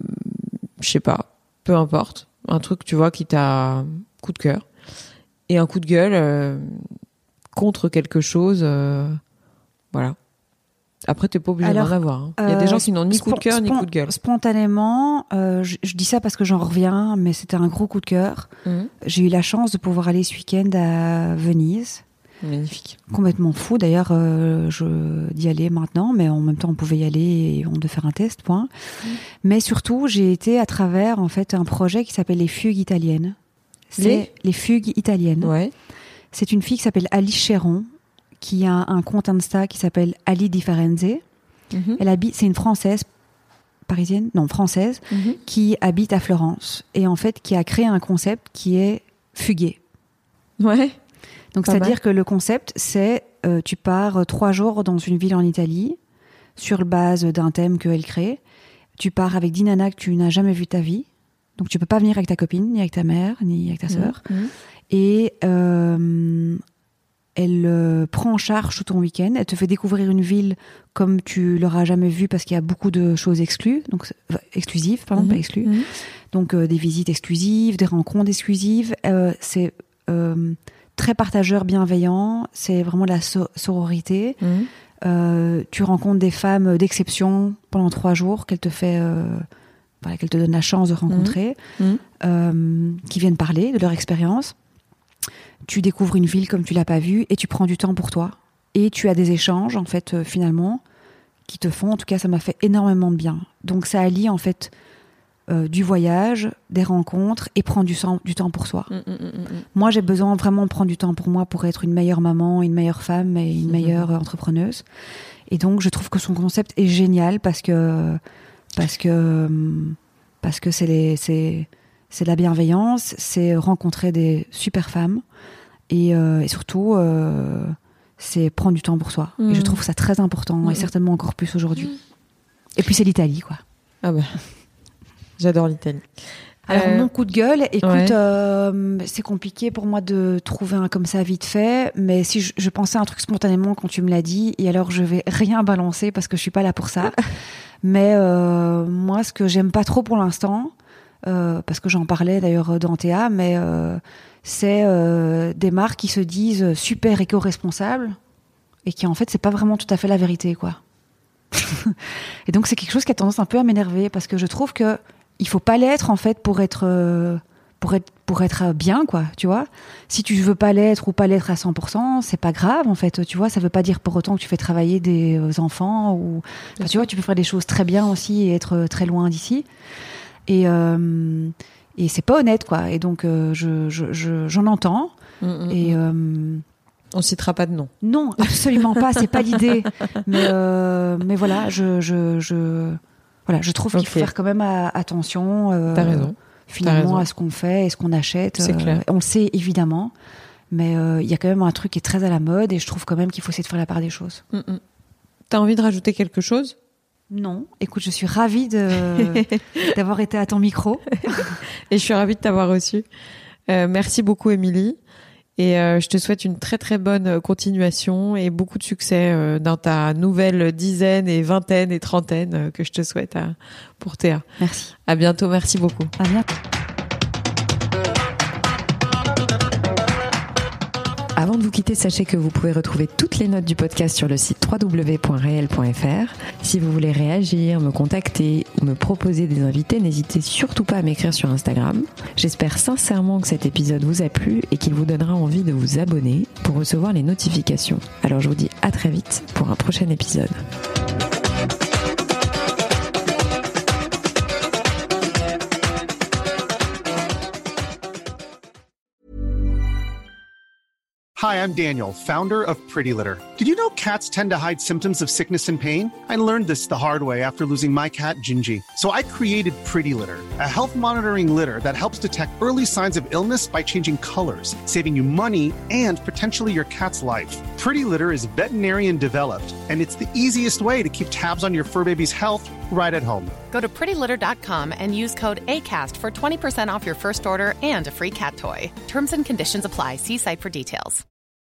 je sais pas. Peu importe, un truc, tu vois, qui t'a coup de cœur. Et un coup de gueule euh, contre quelque chose, euh, voilà. Après, t'es pas obligé d'en avoir. Hein. Il y a des gens qui n'ont ni coup de cœur, ni coup de gueule. Spontanément, euh, je, je dis ça parce que j'en reviens, mais c'était un gros coup de cœur. Mmh. J'ai eu la chance de pouvoir aller ce week-end à Venise. Magnifique. Complètement fou. D'ailleurs, euh, je d'y aller maintenant, mais en même temps, on pouvait y aller et on devait faire un test, point. Mmh. Mais surtout, j'ai été à travers en fait un projet qui s'appelle les Fugues italiennes. C'est les, les Fugues italiennes. Ouais. C'est une fille qui s'appelle Alice Chéron, qui a un compte Insta qui s'appelle Ali Di Firenze. Mmh. Elle habite, c'est une Française parisienne, non française, mmh. qui habite à Florence et en fait qui a créé un concept qui est fugué. Ouais. Donc, Pas c'est-à-dire mal. que le concept, c'est euh, tu pars trois jours dans une ville en Italie sur base d'un thème qu'elle crée. Tu pars avec dix nanas que tu n'as jamais vu ta vie. Donc, tu peux pas venir avec ta copine, ni avec ta mère, ni avec ta sœur. Mmh. Et euh, elle euh, prend en charge tout ton week-end. Elle te fait découvrir une ville comme tu l'auras jamais vue parce qu'il y a beaucoup de choses exclues, donc euh, exclusives, pardon, mmh. pas exclues. Mmh. Donc, euh, des visites exclusives, des rencontres exclusives. Euh, c'est... Euh, très partageur, bienveillant, c'est vraiment la so- sororité. Mmh. Euh, tu rencontres des femmes d'exception pendant trois jours qu'elle te fait, euh, voilà, qu'elle te donne la chance de rencontrer, mmh. euh, qui viennent parler de leur expérience. Tu découvres une ville comme tu l'as pas vue et tu prends du temps pour toi. Et tu as des échanges, en fait, euh, finalement, qui te font, en tout cas, ça m'a fait énormément de bien. Donc ça allie, en fait, Euh, du voyage, des rencontres et prendre du, sang, du temps pour soi. Mmh, mmh, mmh. Moi, j'ai besoin vraiment de prendre du temps pour moi pour être une meilleure maman, une meilleure femme et une mmh. meilleure entrepreneuse. Et donc, je trouve que son concept est génial parce que parce que parce que c'est les, c'est c'est de la bienveillance, c'est rencontrer des super femmes et, euh, et surtout euh, c'est prendre du temps pour soi. Mmh. Et je trouve ça très important mmh. et certainement encore plus aujourd'hui. Mmh. Et puis c'est l'Italie, quoi. Ah bah. J'adore l'Italie. Alors, euh, mon coup de gueule, écoute, ouais. euh, c'est compliqué pour moi de trouver un comme ça vite fait, mais si je, je pensais à un truc spontanément quand tu me l'as dit, et alors je vais rien balancer parce que je suis pas là pour ça. Mais euh, moi, ce que j'aime pas trop pour l'instant, euh, parce que j'en parlais d'ailleurs dans Théa, mais euh, c'est euh, des marques qui se disent super éco-responsables et qui en fait, c'est pas vraiment tout à fait la vérité, quoi. Et donc, c'est quelque chose qui a tendance un peu à m'énerver parce que je trouve que il faut pas l'être en fait pour être euh, pour être pour être bien, quoi, tu vois. Si tu veux pas l'être ou pas l'être à cent pour cent, c'est pas grave en fait, tu vois, ça veut pas dire pour autant que tu fais travailler des enfants ou enfin, tu vois, tu peux faire des choses très bien aussi et être très loin d'ici. Et euh, et c'est pas honnête, quoi. Et donc euh, je, je, je j'en entends mmh, et euh, on citera pas de nom. Non, absolument pas, c'est pas l'idée. Mais euh, mais voilà, je je je Voilà, je trouve okay. qu'il faut faire quand même à, attention euh, T'as raison. finalement T'as raison. à ce qu'on fait et ce qu'on achète. C'est euh, clair. On le sait évidemment, mais il euh, y a quand même un truc qui est très à la mode et je trouve quand même qu'il faut essayer de faire la part des choses. Mm-mm. T'as envie de rajouter quelque chose ? Non. Écoute, je suis ravie de, d'avoir été à ton micro. Et je suis ravie de t'avoir reçue. Euh, merci beaucoup, Émilie. Et euh, je te souhaite une très très bonne continuation et beaucoup de succès euh, dans ta nouvelle dizaine et vingtaine et trentaine euh, que je te souhaite à, pour Théa. Merci. À bientôt, merci beaucoup. À bientôt. Avant de vous quitter, sachez que vous pouvez retrouver toutes les notes du podcast sur le site w w w point réel point f r. Si vous voulez réagir, me contacter ou me proposer des invités, n'hésitez surtout pas à m'écrire sur Instagram. J'espère sincèrement que cet épisode vous a plu et qu'il vous donnera envie de vous abonner pour recevoir les notifications. Alors je vous dis à très vite pour un prochain épisode. Hi, I'm Daniel, founder of Pretty Litter. Did you know cats tend to hide symptoms of sickness and pain? I learned this the hard way after losing my cat, Gingy. So I created Pretty Litter, a health monitoring litter that helps detect early signs of illness by changing colors, saving you money and potentially your cat's life. Pretty Litter is veterinarian developed, and it's the easiest way to keep tabs on your fur baby's health right at home. Go to pretty litter dot com and use code ACAST for twenty percent off your first order and a free cat toy. Terms and conditions apply. See site for details.